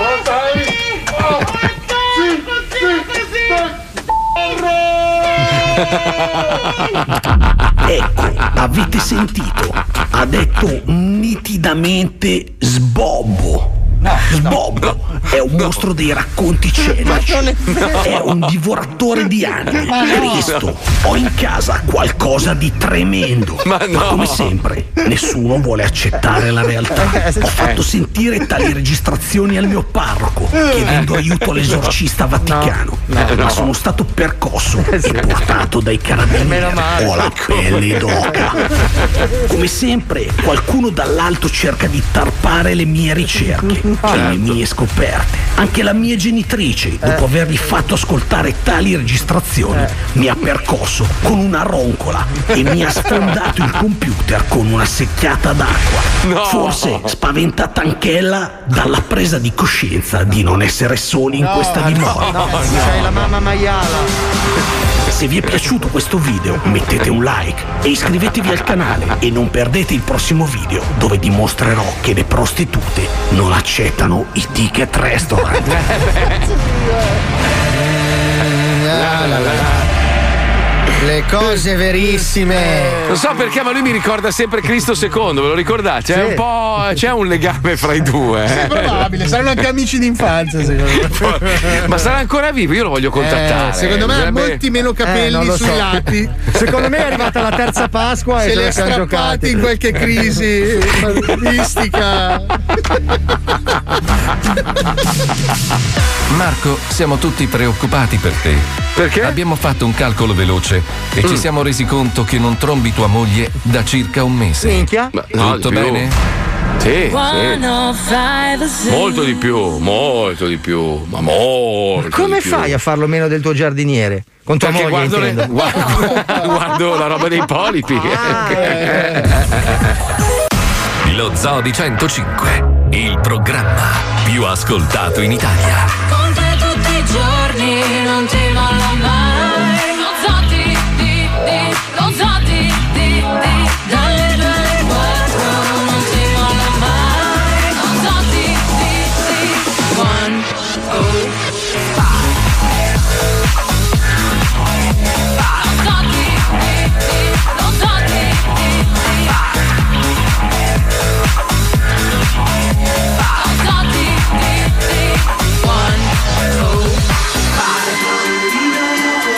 Ecco, avete sentito? Ha detto nitidamente sbobbo. Sbobbo è un mostro dei racconti celtici. È un divoratore di anime. Cristo, ho in casa qualcosa di tremendo. Ma no. come sempre, nessuno vuole accettare la realtà. Ho fatto sentire tali registrazioni al mio parroco, chiedendo aiuto all'esorcista vaticano. Ma sono stato percosso e portato dai carabinieri. Ho la pelle d'oca. Come sempre, qualcuno dall'alto cerca di tarpare le mie ricerche e le mie scoperte. Anche la mia genitrice, dopo avergli fatto ascoltare tali registrazioni, mi ha percosso con una roncola e mi ha sfondato il computer con una secchiata d'acqua. No. Forse spaventata anch'ella dalla presa di coscienza di non essere soli in questa dimora. No, sei la mamma maiala. Se vi è piaciuto questo video, mettete un like e iscrivetevi al canale e non perdete il prossimo video dove dimostrerò che le prostitute non accettano i ticket restaurant. La, la, la. Le cose verissime. Non so perché, ma lui mi ricorda sempre Cristo secondo, ve lo ricordate? C'è Sì. un po'. C'è un legame fra i due. È Eh. probabile, saranno anche amici d'infanzia, secondo me. Ma sarà ancora vivo? Io lo voglio contattare. Eh, secondo me ha Dovrebbe- molti meno Eh, capelli non lo sui so. lati. Secondo me è arrivata la terza Pasqua e Se se li ha le siamo strappati giocati. in qualche crisi mistica. Marco, siamo tutti preoccupati per te. Perché? Abbiamo fatto un calcolo veloce e ci siamo resi conto che non trombi tua moglie da circa un mese. Minchia. Ma no, Tutto di più. bene? Sì, sì. centocinque Molto di più, molto di più, ma molto Come di più. fai a farlo meno del tuo giardiniere? Con tua Perché moglie, guardo, le- intendo. guardo, guardo la roba dei polipi. Lo Zoo di centocinque, il programma più ascoltato in Italia. Con te tutti i giorni non ti molla mai. Lo Zoo di, di, di, lo Zoo di, di, di. Dalle due alle quattro non ti molla mai. Lo Zoo di, di, di. One, oh, five. Lo Zoo di, di, di. Lo Zoo di, di, di. Lo Zoo di, di, di. One, oh, five.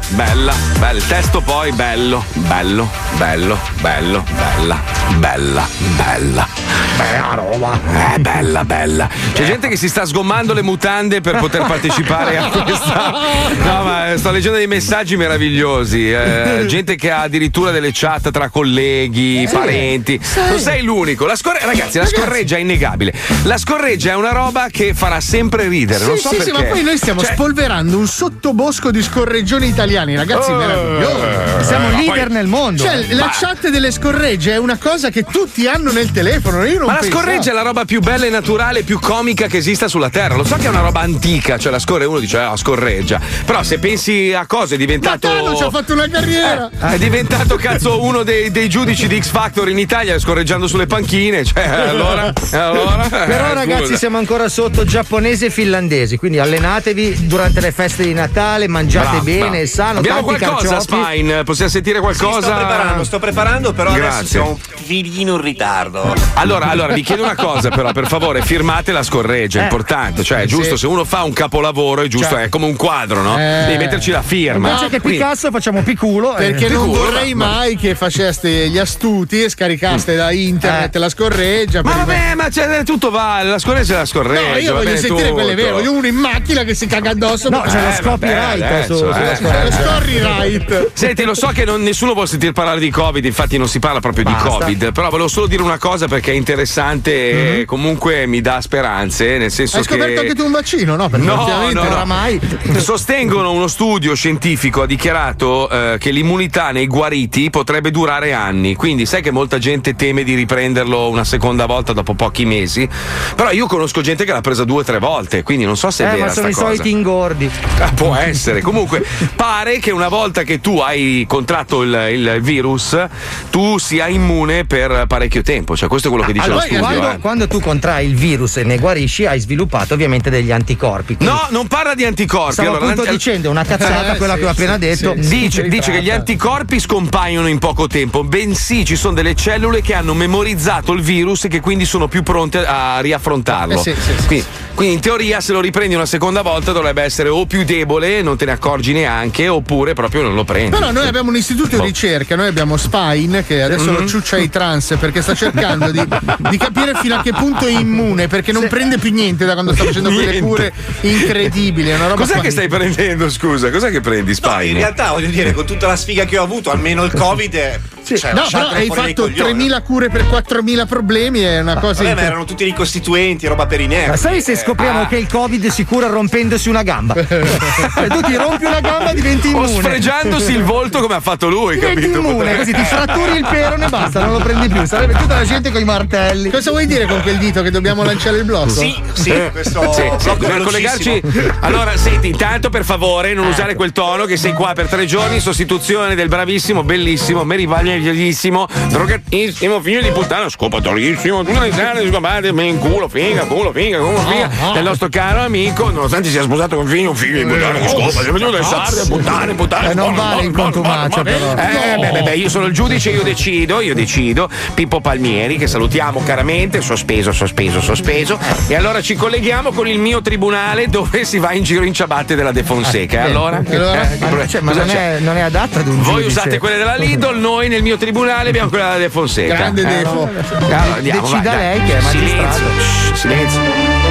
bella, bella. Il testo poi bello, bello, bello, bello, bella, bella, bella. Bella roba. Eh, bella, bella. C'è gente che si sta sgommando le mutande per poter partecipare a questa. No, ma sto leggendo dei messaggi meravigliosi. Eh, gente che ha addirittura delle chat tra colleghi, Sì. parenti. Sì. Non sei l'unico. La scorre- Ragazzi, la Ragazzi. scorreggia è innegabile. La scorreggia è una roba che farà sempre ridere. Sì, non so sì, perché. sì, ma poi noi stiamo Cioè, spolverando un sottobosco di scorreggioni italiani, ragazzi, Eh, meraviglioso. Siamo ma leader poi- nel mondo. Cioè, la Ma- chat delle scorregge è una cosa che tutti hanno nel telefono. Io non Ma la pensavo. scorreggia è la roba più bella e naturale, più comica che esista sulla terra. Lo so che è una roba antica, cioè la scorre uno dice ah, scorreggia. Però se pensi a cose è diventato. Matano ci ha fatto una carriera. Eh, è diventato cazzo uno dei, dei giudici di X Factor in Italia scorreggiando sulle panchine. Cioè, allora. allora Però eh, ragazzi scusa. siamo ancora sotto giapponesi e finlandesi, quindi allenatevi durante le feste di Natale, mangiate Bravo, bene, bravo. sano, Abbiamo tanti qualcosa, carciofi. Spine? Possiamo sentire qualcosa? Sto preparando, sto preparando, però Grazie. adesso siamo un filino in ritardo. Allora, allora, vi chiedo una cosa, però, per favore, firmate la scorreggia, è Eh. importante. Cioè, è giusto, Sì. se uno fa un capolavoro, è giusto, Cioè. è come un quadro, no? Eh. Devi metterci la firma. Invece che Quindi- Picasso facciamo Piculo. eh. Perché non Sicuro, vorrei ma- mai che faceste gli astuti e scaricaste da internet la scorreggia. Ma per- vabbè, ma c'è, tutto vale, la scorreggia è la scorreggia. No, io va voglio bene sentire tutto. quelle vere. Voglio uno in macchina che si caga addosso. No, c'è lo Eh, copyright vabbè, su, adesso, sulla eh. scorreggia. Lo copyright. Senti, lo so che non- nessuno vuole sentir parlare di Covid, infatti non si parla proprio Basta. di Covid, però volevo solo dire una cosa perché è interessante e comunque mi dà speranze, nel senso Hai scoperto che anche tu un vaccino, no? Perché No, ultimamente no, no. oramai. sostengono uno studio scientifico ha dichiarato eh, che l'immunità nei guariti potrebbe durare anni, quindi sai che molta gente teme di riprenderlo una seconda volta dopo pochi mesi, però io conosco gente che l'ha presa due o tre volte, quindi non so se è Eh, vera ma sono sta i cosa. soliti ingordi. Ah, può essere. Comunque, pare che una volta che tu hai contratto il, il virus, tu sia immune per parecchio tempo. Cioè, questo è quello che dice Allora, lo studio. quando, eh. quando tu contrai il virus e ne guarisci, hai sviluppato ovviamente degli anticorpi. Quindi No, non parla di anticorpi. stavo Allora, appunto l'anti- dicendo è una cazzata Eh, quella sì, che ho appena sì, detto. sì. Dice, si dice che gli ritratta. anticorpi scompaiono in poco tempo, bensì ci sono delle cellule che hanno memorizzato il virus e che quindi sono più pronte a riaffrontarlo. Eh, sì, sì, sì. Quindi, quindi in teoria se lo riprendi una seconda volta dovrebbe essere o più debole, non te ne accorgi neanche, oppure proprio non lo prendi. Però noi abbiamo un istituto Boh. di ricerca, noi abbiamo Spine che adesso Mm-hmm. lo ciuccia ai trans perché sta cercando di, di capire fino a che punto è immune perché non prende più niente da quando sta facendo quelle Niente. cure incredibili. È una roba Cos'è qua- che stai prendendo, scusa? Cos'è che prendi, No, Spine? in realtà voglio dire, con tutta la sfiga che ho avuto, almeno il Covid è. Cioè, No, lasciatelo però hai fuori dai fatto coglioni. tremila cure per quattromila problemi, è una cosa Vabbè, ma incre- erano tutti ricostituenti, roba per i nervi. Ma sai se scopriamo Ah. che il Covid si cura rompendosi una gamba? E tu ti rompi una gamba e diventi O immune. sfregiandosi il volto come ha fatto lui, Diventi capito? immune, Potrebbe- così ti fratturi il perone e basta, non lo prendi più. Sarebbe tutta la gente con i martelli. Cosa vuoi dire con quel dito che dobbiamo lanciare il blocco? Sì, sì, questo Sì, sì, blocco dobbiamo collegarci. velocissimo. Allora, senti, intanto per favore non usare quel tono che sei qua per tre giorni in sostituzione del bravissimo, bellissimo, meravigliosissimo, drogatissimo, figlio di puttana, scopatorissimo, tu non sai scopate, in culo, figa, culo, figa, culo, figa, del nostro caro amico, nonostante sia sposato con figlio, un figlio di puttana che scopa, sempre tutte le sarde, puttane, puttane. Eh, non vale in contumacia, però. Eh, beh, beh, beh, io sono il giudice, io decido, io decido. Pippo Palmieri, che salutiamo caramente, sospeso, sospeso, sospeso. E allora ci colleghiamo con il mio tribunale dove si va in giro in ciabatte della De Fonseca. E allora? allora? Eh, che Ma, pro- cioè, ma cosa non, c'è? è, non è adatta ad un Voi giudice. usate quelle della Lidl, noi nel mio tribunale abbiamo quella della De Fonseca. Grande Eh, Defo. allora, andiamo, vai, Decida dai. lei che è magistrato. Silenzio, shh, silenzio.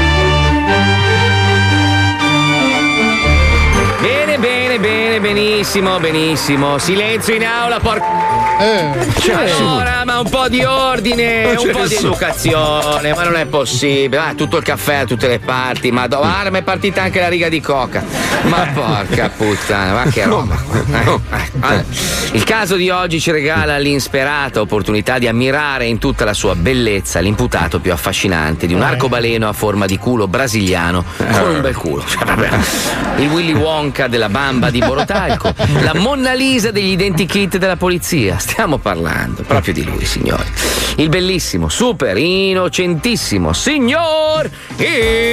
Bene, bene, bene, benissimo, benissimo. Silenzio in aula, porca. Eh, Allora, ma un po' di ordine, Non un c'è po' di nessuno. educazione, ma non è possibile. Ah, tutto il caffè da tutte le parti, ma do- ah, ma è partita anche la riga di coca. Ma porca puttana, ma che roba. Eh, eh, allora, il caso di oggi ci regala l'insperata opportunità di ammirare in tutta la sua bellezza l'imputato più affascinante di un arcobaleno a forma di culo brasiliano con un bel culo. Cioè, vabbè. Il Willy Wonka della bamba di Borotalco, la Monna Lisa degli identikit della polizia. Stiamo parlando proprio di lui, signori. Il bellissimo, super innocentissimo signor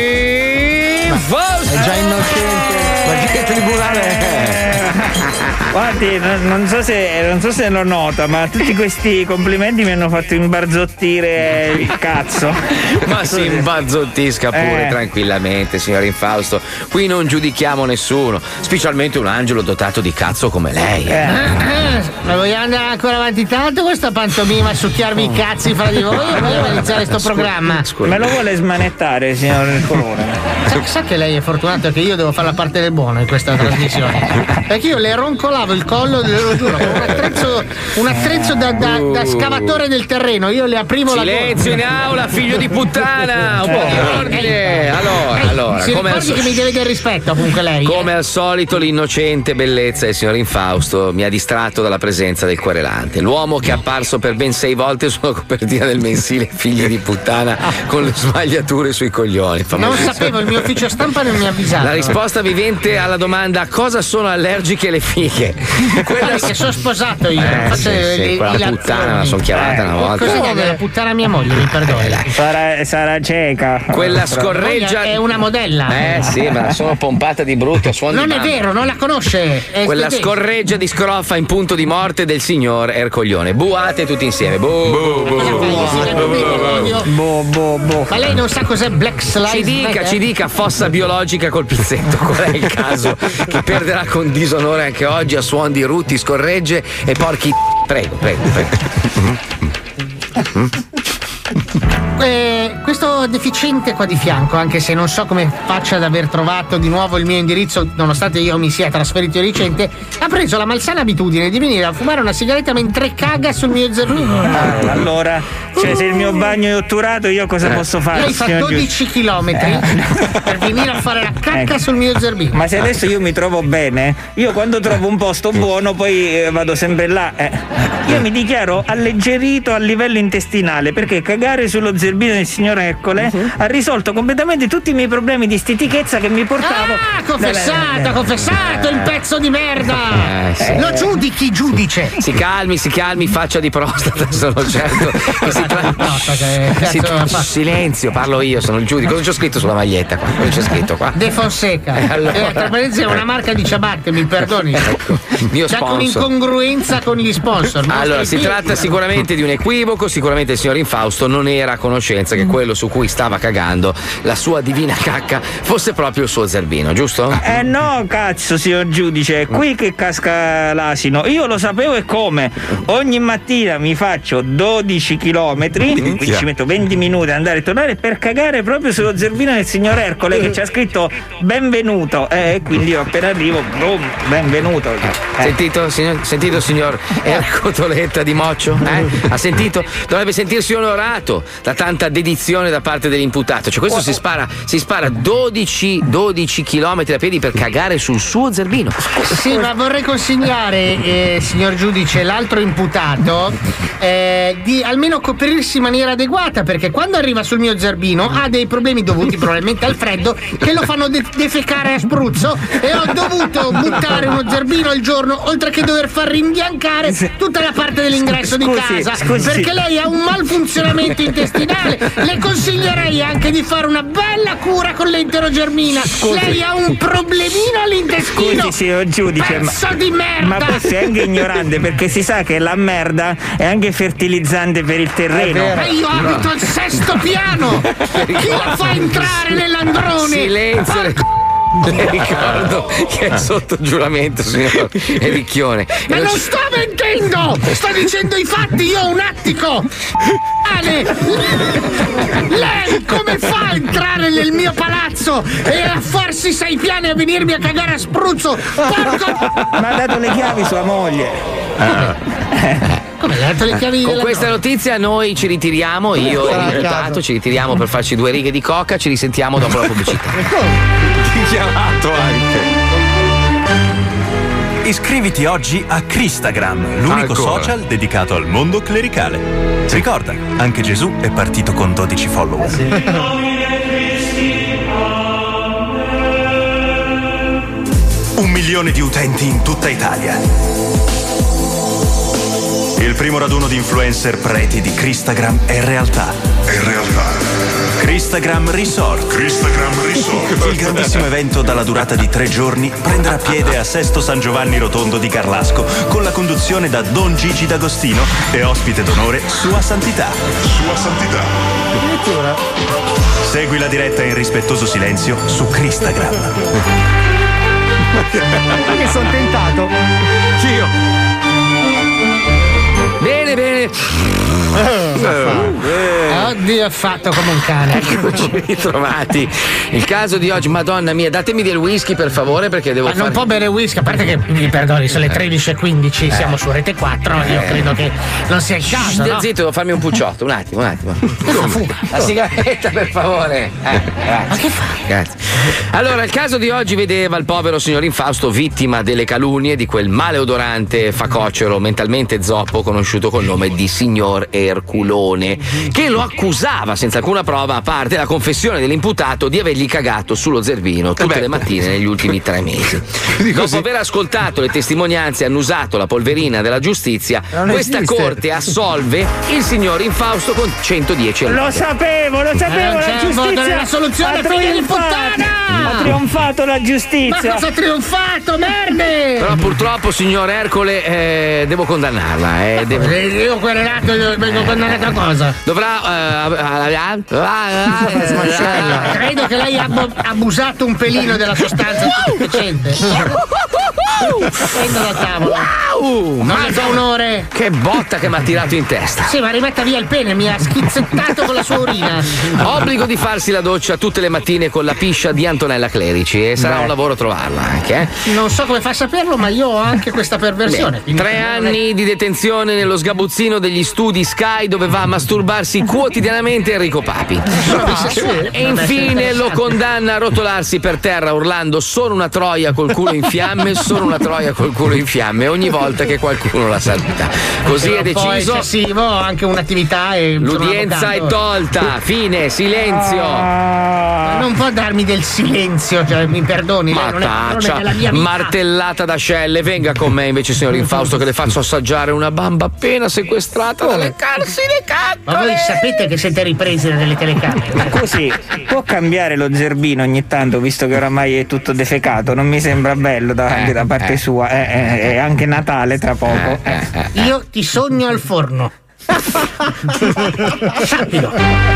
Infausto. È già innocente. Ma che tribunale è? Guardi, non, non so se non so se lo nota, ma tutti questi complimenti mi hanno fatto imbarzotire il cazzo. Ma si imbarzottisca pure Eh. tranquillamente, signor Infausto. Qui non giudichiamo nessuno, specialmente un angelo dotato di cazzo come lei. eh. Ma vogliamo andare ancora avanti tanto questa pantomima, succhiarvi i cazzi fra di voi e vogliamo iniziare sto programma? Me lo vuole smanettare, signor Colore? Sa, sa che lei è fortunato che io devo fare la parte del buono in questa trasmissione. Perché io le roncolavo il collo, lo giuro, con un attrezzo, un attrezzo da, da, da scavatore del terreno. Io le aprivo Silenzio la in aula, figlio di puttana! Un po' di ordine! Allora, Ehi, allora, si come al, ricordi che mi deve del rispetto comunque lei. come al solito l'innocente bellezza del signor Infausto mi ha distratto dalla presenza del querelante. L'uomo che è apparso per ben sei volte sulla copertina del mensile Figli di puttana con le smagliature sui coglioni. Non Famosissimo. sapevo, il mio ufficio stampa non mi ha avvisato. La risposta vivente alla domanda a cosa sono allergiche le fighe? Quella che sono sposato io. Eh, Faccio sì, sì, i- quella i puttana lazzoni. la son chiamata una volta. Cosa deve la puttana mia moglie, mi perdoni? Sarà, sarà cieca. Quella scorreggia. È una modella. Eh sì, me la sono pompata di brutto a suon Non di è bamba. vero, non la conosce. È Quella tedesca. scorreggia di scroffa in punto di morte del signor Ercoglione. Buate tutti insieme. Bu, bu, bu, Boh, boh, boh. Ma lei non sa cos'è Black Slice? Ci dica, ci dica, fossa biologica col pizzetto. Qual è il caso che perderà con disonore anche oggi a suon di rutti, scorregge e porchi. Prego, prego, prego. Eh, questo deficiente qua di fianco, anche se non so come faccia ad aver trovato di nuovo il mio indirizzo, nonostante io mi sia trasferito di recente, ha preso la malsana abitudine di venire a fumare una sigaretta mentre caga sul mio zerbino. Ah, allora, cioè, se il mio bagno è otturato, io cosa posso fare? Lei fa signor dodici chilometri per venire a fare la cacca Ecco. sul mio zerbino. Ma se adesso io mi trovo bene, io quando trovo un posto buono poi eh, vado sempre là. eh. Io mi dichiaro alleggerito a livello intestinale perché cagare sullo zerbino del signor Ercole ha risolto completamente tutti i miei problemi di stitichezza che mi portavo. Ah, confessato, confessato, il pezzo di merda! Eh, sì. Lo giudichi, giudice! Si calmi, si calmi, faccia di prostata, sono certo. Che si tra- che si cazzo tra- fa? Silenzio, parlo io, sono il giudice. Cosa c'ho scritto sulla maglietta qua? Cosa c'è scritto qua? De Fonseca. Eh, allora. Eh, tra parentesi è una marca di ciabatte, mi perdoni. Ecco, mio C'è con sponsor. incongruenza con gli sponsor. ma Allora, stai si fermo. tratta sicuramente di un equivoco, sicuramente il signor Infausto non era a conoscenza che quello su cui stava cagando, la sua divina cacca, fosse proprio il suo zerbino, giusto? Eh no, cazzo, signor giudice, è qui che casca l'asino. Io lo sapevo e come. Ogni mattina mi faccio dodici chilometri, quindi ci metto venti minuti ad andare e tornare per cagare proprio sullo zerbino del signor Ercole che ci ha scritto benvenuto. E eh, quindi io appena arrivo, boom, benvenuto. Eh. Sentito, signor, sentito signor Ercotoletta di Moccio? Eh? Ha sentito? Dovrebbe sentirsi onorato da tanta dedizione da parte dell'imputato. Cioè questo si spara, si spara dodici, dodici chilometri a piedi per cagare sul suo zerbino. Sì, ma vorrei consigliare, eh, signor giudice, l'altro imputato eh, di almeno coprirsi in maniera adeguata, perché quando arriva sul mio zerbino ha dei problemi dovuti probabilmente al freddo che lo fanno de- defecare a spruzzo e ho dovuto buttare uno zerbino al giorno, oltre che dover far rimbiancare tutta la parte dell'ingresso di Scusi, casa, scusi. perché lei ha un malfunzionamento intestinale. Le consiglierei anche di fare una bella cura con l'enterogermina. Lei ha un problemino all'intestino. Scusi, signor giudice, ma, Pezzo di merda! ma questo è anche ignorante perché si sa che la merda è anche fertilizzante per il terreno. Ma io abito al sesto piano! Chi la fa entrare nell'androne? Silenzio. Le... Le ricordo che è sotto giuramento, signor Ericchione. Ma non sto mentendo! Sto dicendo i fatti, io ho un attico! Ale! Lei come fa a entrare nel mio palazzo e a farsi sei piani e a venirmi a cagare a spruzzo? Porco! Ma ha dato le chiavi sua moglie. Come ha dato le chiavi Con della questa notizia noi ci ritiriamo, io e l'imputato ci ritiriamo per farci due righe di coca, ci risentiamo dopo la pubblicità. Dichiarato anche. Iscriviti oggi a Cristagram, l'unico Ancora? social dedicato al mondo clericale. Ricorda, anche Gesù è partito con dodici follower. Un milione di utenti in tutta Italia. Il primo raduno di influencer preti di Cristagram è realtà. È realtà. Christagram Resort. Christagram Resort. Il grandissimo evento dalla durata di tre giorni prenderà piede a Sesto San Giovanni Rotondo di Carlasco con la conduzione da Don Gigi D'Agostino e ospite d'onore Sua Santità. Sua Santità. Segui la diretta in rispettoso silenzio su Christagram. Che sono tentato. Io. Bene, bene. Eh, oddio, è fatto come un cane. Eccoci ritrovati. Il caso di oggi, madonna mia, datemi del whisky per favore perché devo Ma fare. non può bere whisky, a parte che mi perdoni, sono le tredici e quindici, siamo su Rete quattro, io credo che non sia il caso. Zitto, no? zitto, devo farmi un pucciotto, un attimo, un attimo. Fuga. La sigaretta per favore. Eh, grazie. Ma che fa? Grazie. Allora, il caso di oggi vedeva il povero signor Infausto vittima delle calunnie di quel maleodorante facocero mentalmente zoppo conosciuto col nome di signor Erculone, che lo accusava senza alcuna prova, a parte la confessione dell'imputato di avergli cagato sullo zerbino tutte le mattine negli ultimi tre mesi. Dopo aver ascoltato le testimonianze e annusato la polverina della giustizia, Non questa esiste. corte assolve il signor Infausto con centodieci Lo all'ora. sapevo, lo sapevo, Eh, non la c'è giustizia voto nella soluzione, ha figli di trionfato. puttana! Ha trionfato la Ma giustizia. cosa ha trionfato, merde! Però purtroppo, signor Ercole, eh, devo condannarla. Eh, devo- Eh, Io querelato io vengo condannato a cosa? Dovrà. eh, ah, ah, ah, ah, smascella. Credo che lei abbia abusato un pelino della sostanza stupefacente. Prendo da tavola. Wow, Non le fa Madonna, onore. che botta che mi ha tirato in testa. Sì, ma rimetta via il pene, mi ha schizzettato con la sua urina. Obbligo di farsi la doccia tutte le mattine con la piscia di Antonella Clerici e sarà Beh. un lavoro trovarla anche. Eh? Non so come fa a saperlo, ma io ho anche questa perversione. Beh, quindi tre non è- anni di detenzione nello sgabuzzino degli studi Sky dove va a masturbarsi quotidianamente Enrico Papi. Sono bisessuale. E infine lo condanna a rotolarsi per terra urlando sono una troia col culo in fiamme, sono una troia col culo in fiamme ogni volta che qualcuno la saluta. Così è Però poi deciso. eccessivo, ho anche un'attività e sono L'udienza è avvocato. tolta. Fine, silenzio. Ma non può darmi del silenzio, cioè mi perdoni, lei non è padrone Mataccia, della mia vita. martellata d'ascelle. Venga con me invece, signor Infausto, che le faccio assaggiare una bamba appena sequestrata dalle carsine Ma caccole. voi sapete che siete ripresi dalle telecamere? Così può cambiare lo zerbino ogni tanto, visto che oramai è tutto defecato. Non mi sembra bello da, anche da parte eh. sua. È, è- è anche Natale tra poco. Io ti sogno al forno. Sappilo.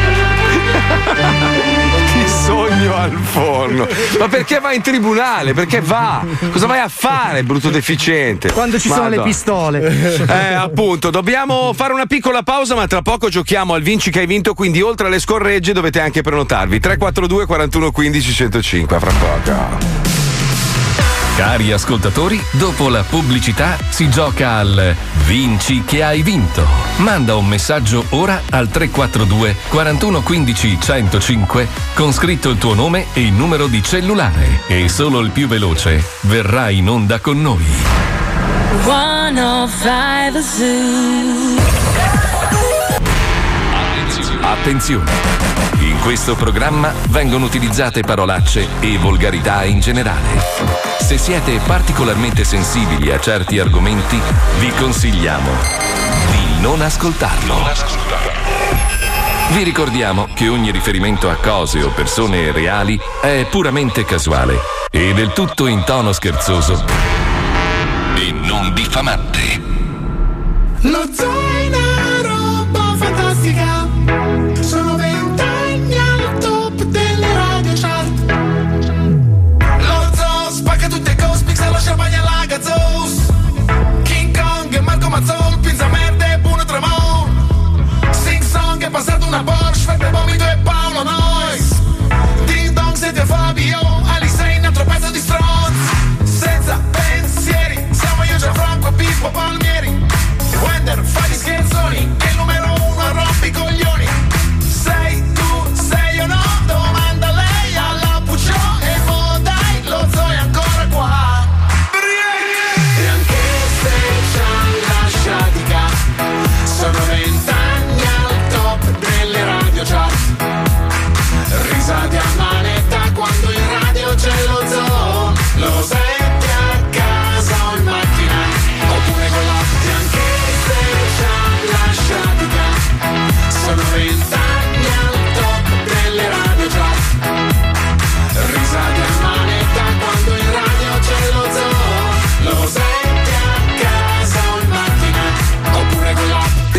Ti sogno al forno. Ma perché va in tribunale? Perché va? Cosa vai a fare, brutto deficiente? Quando ci sono le Madonna. pistole. Eh, appunto, dobbiamo fare una piccola pausa, ma tra poco giochiamo al Vinci che hai vinto, quindi oltre alle scorregge dovete anche prenotarvi. tre quattro due quarantuno quindici centocinque, a fra poco. Cari ascoltatori, dopo la pubblicità si gioca al Vinci che hai vinto. Manda un messaggio ora al tre quattro due quarantuno quindici centocinque con scritto il tuo nome e il numero di cellulare. E solo il più veloce verrà in onda con noi. centocinque Zoo. Attenzione! In questo programma vengono utilizzate parolacce e volgarità in generale. Se siete particolarmente sensibili a certi argomenti, vi consigliamo di non ascoltarlo. Vi ricordiamo che ogni riferimento a cose o persone reali è puramente casuale e del tutto in tono scherzoso e non diffamante. Lo zoo è una roba fantastica. Sono vent'anni al top delle radio chart. Lo zoo spacca tutte cose, pizza la champagne alla gazzos. King Kong e Marco Mazzol, pizza merda e buono tremor. Sing song è passato una Porsche, Fede Vomito e Paolo Noyes. Ding dong siete Fabio, Alisei un altro pezzo di stronz. Senza pensieri, siamo io Gianfranco e Pippo Palmieri. Wender, fai gli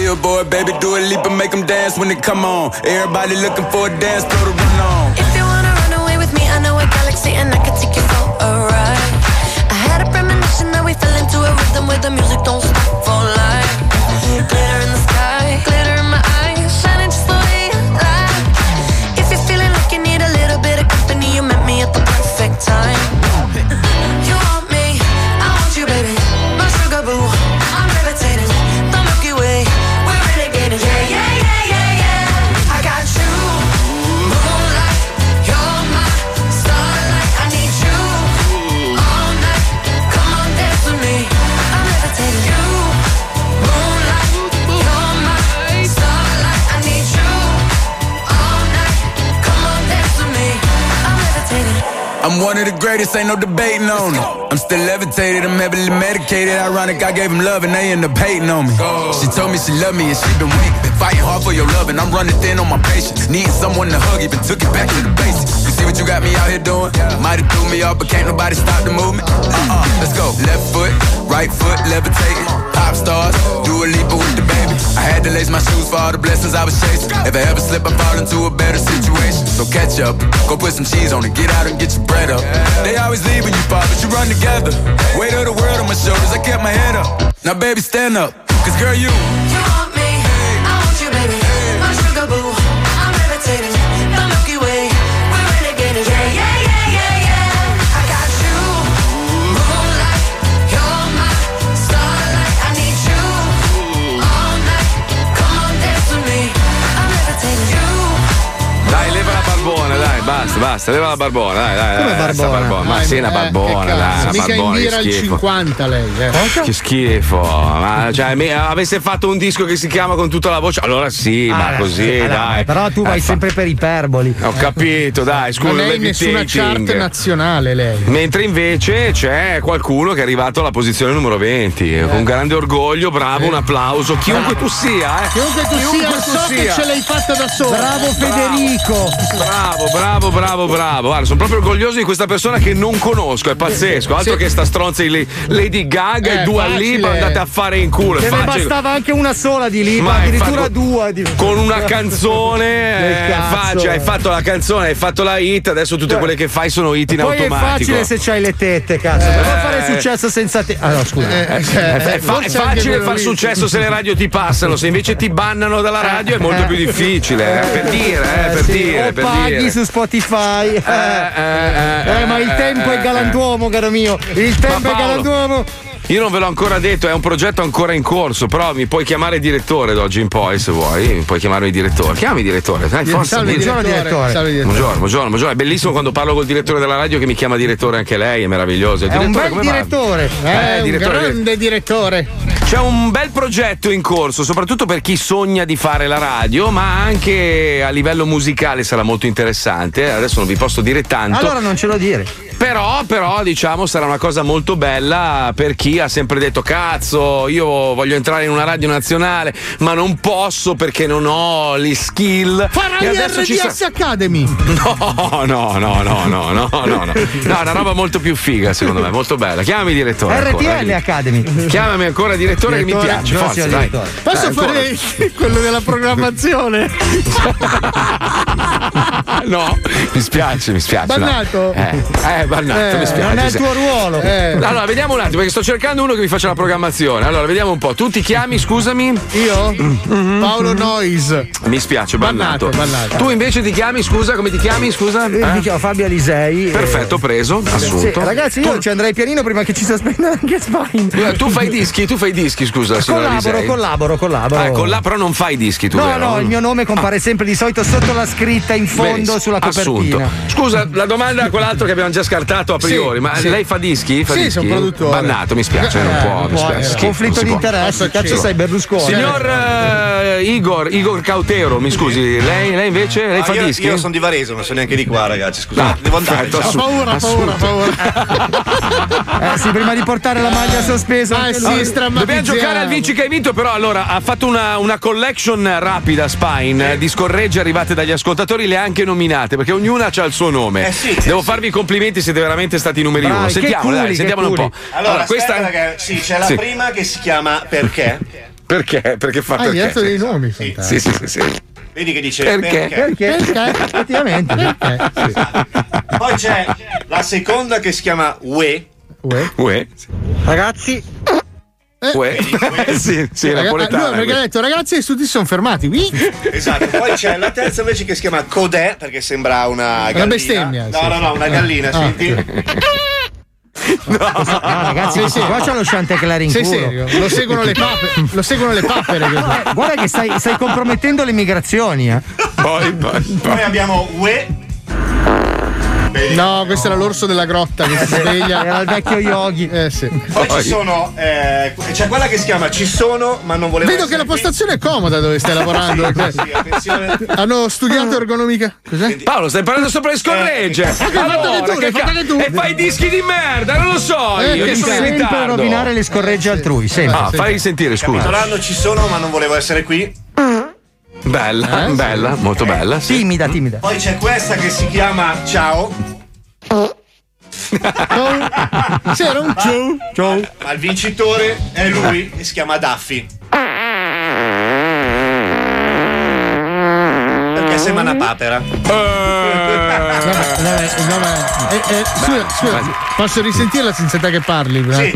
billboard, baby, do a leap and make them dance when they come on. Everybody looking for a dance floor to run on. If you wanna run away with me, I know a galaxy and I can take you for a ride. I had a premonition that we fell into a rhythm where the music don't stop for life. Glitter in the sky, glitter in my eyes, shining just the way you like. If you're feeling like you need a little bit of company, you met me at the perfect time. You want me, I want you, baby. My sugar boo, I'm levitating. The Milky Way, we're renegading. Yeah, yeah, yeah, yeah, yeah. I got you, moonlight. You're my starlight. I need you all night. Come on, dance with me. I'm levitating. You, moonlight. You're my starlight. I need you all night. Come on, dance with me. I'm levitating. I'm one of the greatest, ain't no debating on it. I'm still levitated, I'm heavily medicated. Ironic, I gave him love and they end up hating on me. She told me she loved me and she been waiting. Been fighting hard for your love and I'm running thin on my patience. Needing someone to hug, even took it back to the basics. You see what you got me out here doing? Might have threw me off, but can't nobody stop the movement. Uh-uh, let's go. Left foot, right foot, levitating. Pop stars, do a leap with the baby. I had to lace my shoes for all the blessings I was chasing. If I ever slip, I fall into a better situation. So catch up, go put some cheese on it, get out and get your bread up. They always leave when you fall, but you run together. Weight of the world on my shoulders, I kept my head up. Now baby, stand up, cause girl, you You want me, I want you, baby. My sugar boo, I'm levitating. The Milky Way, we're renegading. Yeah, yeah, yeah, yeah, yeah. I got you, moonlight. You're my starlight. I need you all night. Come on, dance with me. I'm levitating. You. Dai, leva la barbona, dai, basta, basta, leva la barbona, dai, dai, Come dai, barbona? sta barbona. Ma Dai, sì, una eh, barbona, che dai, cazzo, una mica barbona, indira che il schifo. cinquanta lei, eh. Che schifo, ma cioè me- avesse fatto un disco che si chiama con tutta la voce, allora sì, Ah, ma eh, così, sì, dai. Però tu vai Eh, fa- sempre per iperboli. Ho capito, dai, scusa, Non è in nessuna levitating. chart nazionale lei. Mentre invece c'è qualcuno che è arrivato alla posizione numero venti, con grande orgoglio, bravo, un applauso, chiunque tu sia, eh. Chiunque tu Chiunque sia, tu so sia. che ce l'hai fatta da sola. Bravo Federico. Bravo, bravo, bravo, bravo. Guarda, sono proprio orgoglioso di questa persona che non conosco, è pazzesco. Altro Sì. che sta stronza di Lady Gaga Eh, e Dua facile. Lipa, andate a fare in culo. è Che ne facile. bastava anche una sola di lì, Ma addirittura hai fatto- due. di- Con una canzone, Del eh, cazzo. facile, hai fatto la canzone, hai fatto la hit, adesso tutte quelle che fai sono hit in Poi è automatico. facile se c'hai le tette, cazzo. Per non fare successo senza te. Ah no, scusa. Eh, è, fa- è forse anche facile quello far lì. successo se le radio ti passano, se invece ti bannano dalla radio è molto più difficile. eh, per dire, eh, per sì, dire, o per paghi dire. su Spotify. Eh, eh, eh, ma il tempo eh, è galantuomo, caro mio. Il tempo è Paolo, galantuomo. Io non ve l'ho ancora detto, è un progetto ancora in corso, però mi puoi chiamare direttore d'oggi in poi se vuoi, mi puoi chiamarmi direttore. Chiami direttore, dai, forza. Salve, buongiorno, direttore. Salve, direttore. Buongiorno, buongiorno, buongiorno. È bellissimo quando parlo col direttore della radio che mi chiama direttore anche lei, è meraviglioso. Il È un direttore, bel come va? direttore. Eh, È un direttore. grande direttore. C'è un bel progetto in corso, soprattutto per chi sogna di fare la radio, ma anche a livello musicale sarà molto interessante. Adesso non vi posso dire tanto. Allora non ce lo dire. Però, però, diciamo, sarà una cosa molto bella per chi ha sempre detto: cazzo, io voglio entrare in una radio nazionale, ma non posso perché non ho le skill. Farai E adesso R ci D sa- S Academy. No, no, no, no, no, no, no, no. No, è una roba molto più figa, secondo me, molto bella. Chiamami direttore. R T ancora, L dai. Academy. Chiamami ancora direttore, che mi Direttore, piace. no, Forza, signor dai. direttore. Posso Dai, fare ancora. quello della programmazione? No, mi spiace, mi spiace. Bannato? No. Eh, eh, bannato, Eh, mi spiace. Non è il sì. tuo ruolo. Eh. Allora, vediamo un attimo, perché sto cercando uno che mi faccia la programmazione. Allora, vediamo un po'. Tu ti chiami, scusami? Io? Mm-hmm. Paolo Nois. Mi spiace, bannato. Bannato, bannato. Tu invece ti chiami, scusa, come ti chiami, scusa? Eh, Mi chiamo Fabio Alisei. eh. Perfetto, preso, Sì, assunto. ragazzi, io ci andrei pianino prima che ci sospenda anche Spine. Eh, Tu fai dischi, tu fai dischi, scusa, signora Collaboro, Lisei. collaboro, collaboro. Ah, ecco, là però non fai dischi tu, No, vero? no, il mio nome compare sempre di solito sotto la scritta in fondo Benissimo, sulla copertina. assunto. Scusa, la domanda è quell'altro che abbiamo già scartato a priori, Sì, ma sì. lei fa dischi? Fa Sì, dischi? sono produttore. Bannato, mi spiace, non Eh, può, non mi può, spiace. eh. schifo, Conflitto non di si può. interessi, cazzo sei Berlusconi. Signor eh, Igor, Igor Cautero, mi scusi, lei, lei invece lei Ah, fa io, dischi? io sono di Varese, non sono neanche di qua, ragazzi. Scusate, Ah, devo andare. perfetto, ciao. assu- Paura, paura, paura. Eh sì, prima di portare la maglia sospesa. Ah, anche sì, lui. Dobbiamo strammatizziamo. giocare al vinci che hai vinto, però allora ha fatto una, una collection rapida Spine eh, di scorregge arrivate dagli ascoltatori, le ha anche nominate perché ognuna ha il suo nome. Eh sì, Devo sì. farvi i complimenti, siete veramente stati i numeri Bravi, uno. che Sentiamole, culi, dai, che sentiamole un culi. po'. Allora, questa aspetta, perché- sì, c'è la Sì. prima che si chiama Perché? Perché? Perché fa Ah, perché? gli hai dato dei nomi, Sì, fantastico. sì, sì, sì, sì. Vedi che dice Perché? perché? Perché? Effettivamente. Perché? Poi c'è la seconda che si chiama Ue. Ue. Ue. Ragazzi. Ue. sì, sì, Raga- napoletana. lui perché ha detto ragazzi e tutti si sono fermati. Ui. Esatto, poi c'è la terza invece che si chiama Codè, perché sembra una gallina. bestemmia, No, sì. no, no, una gallina, Ah, senti. No, ragazzi, Sei qua c'è lo Chantecler in Sei culo. serio? Lo seguono le papere. Lo seguono le papere. Eh, guarda che stai, stai compromettendo le migrazioni, eh. Poi, poi, Poi abbiamo Ue. No, questo era l'orso della grotta che si sveglia. Era il vecchio Yogi. Eh sì. Poi ci sono, eh, c'è quella che si chiama Ci sono, ma non volevo Vedo che la postazione è comoda dove stai lavorando. Sì, attenzione. Hanno studiato ergonomica. Cos'è? Paolo, stai parlando sopra le scorregge. Eh, che hai fatto anche tu, che che hai fatto ca- anche tu. E fai dischi di merda, non lo so. Eh, io che che sono in Sempre ritardo. rovinare le scorregge altrui, sempre. Ah, fai sentire, scusa. Capitolando Ci sono, ma non volevo essere qui. Bella, Eh, bella, molto bella. Sì. Timida, timida. Poi c'è questa che si chiama Ciao. Sì, era un ciao. Ciao. Ma il vincitore è lui e si chiama Daffy. Perché sembra una papera. Vabbè, vabbè, vabbè. Eh, eh, scusa, scusa, posso risentirla senza te che parli? Sì.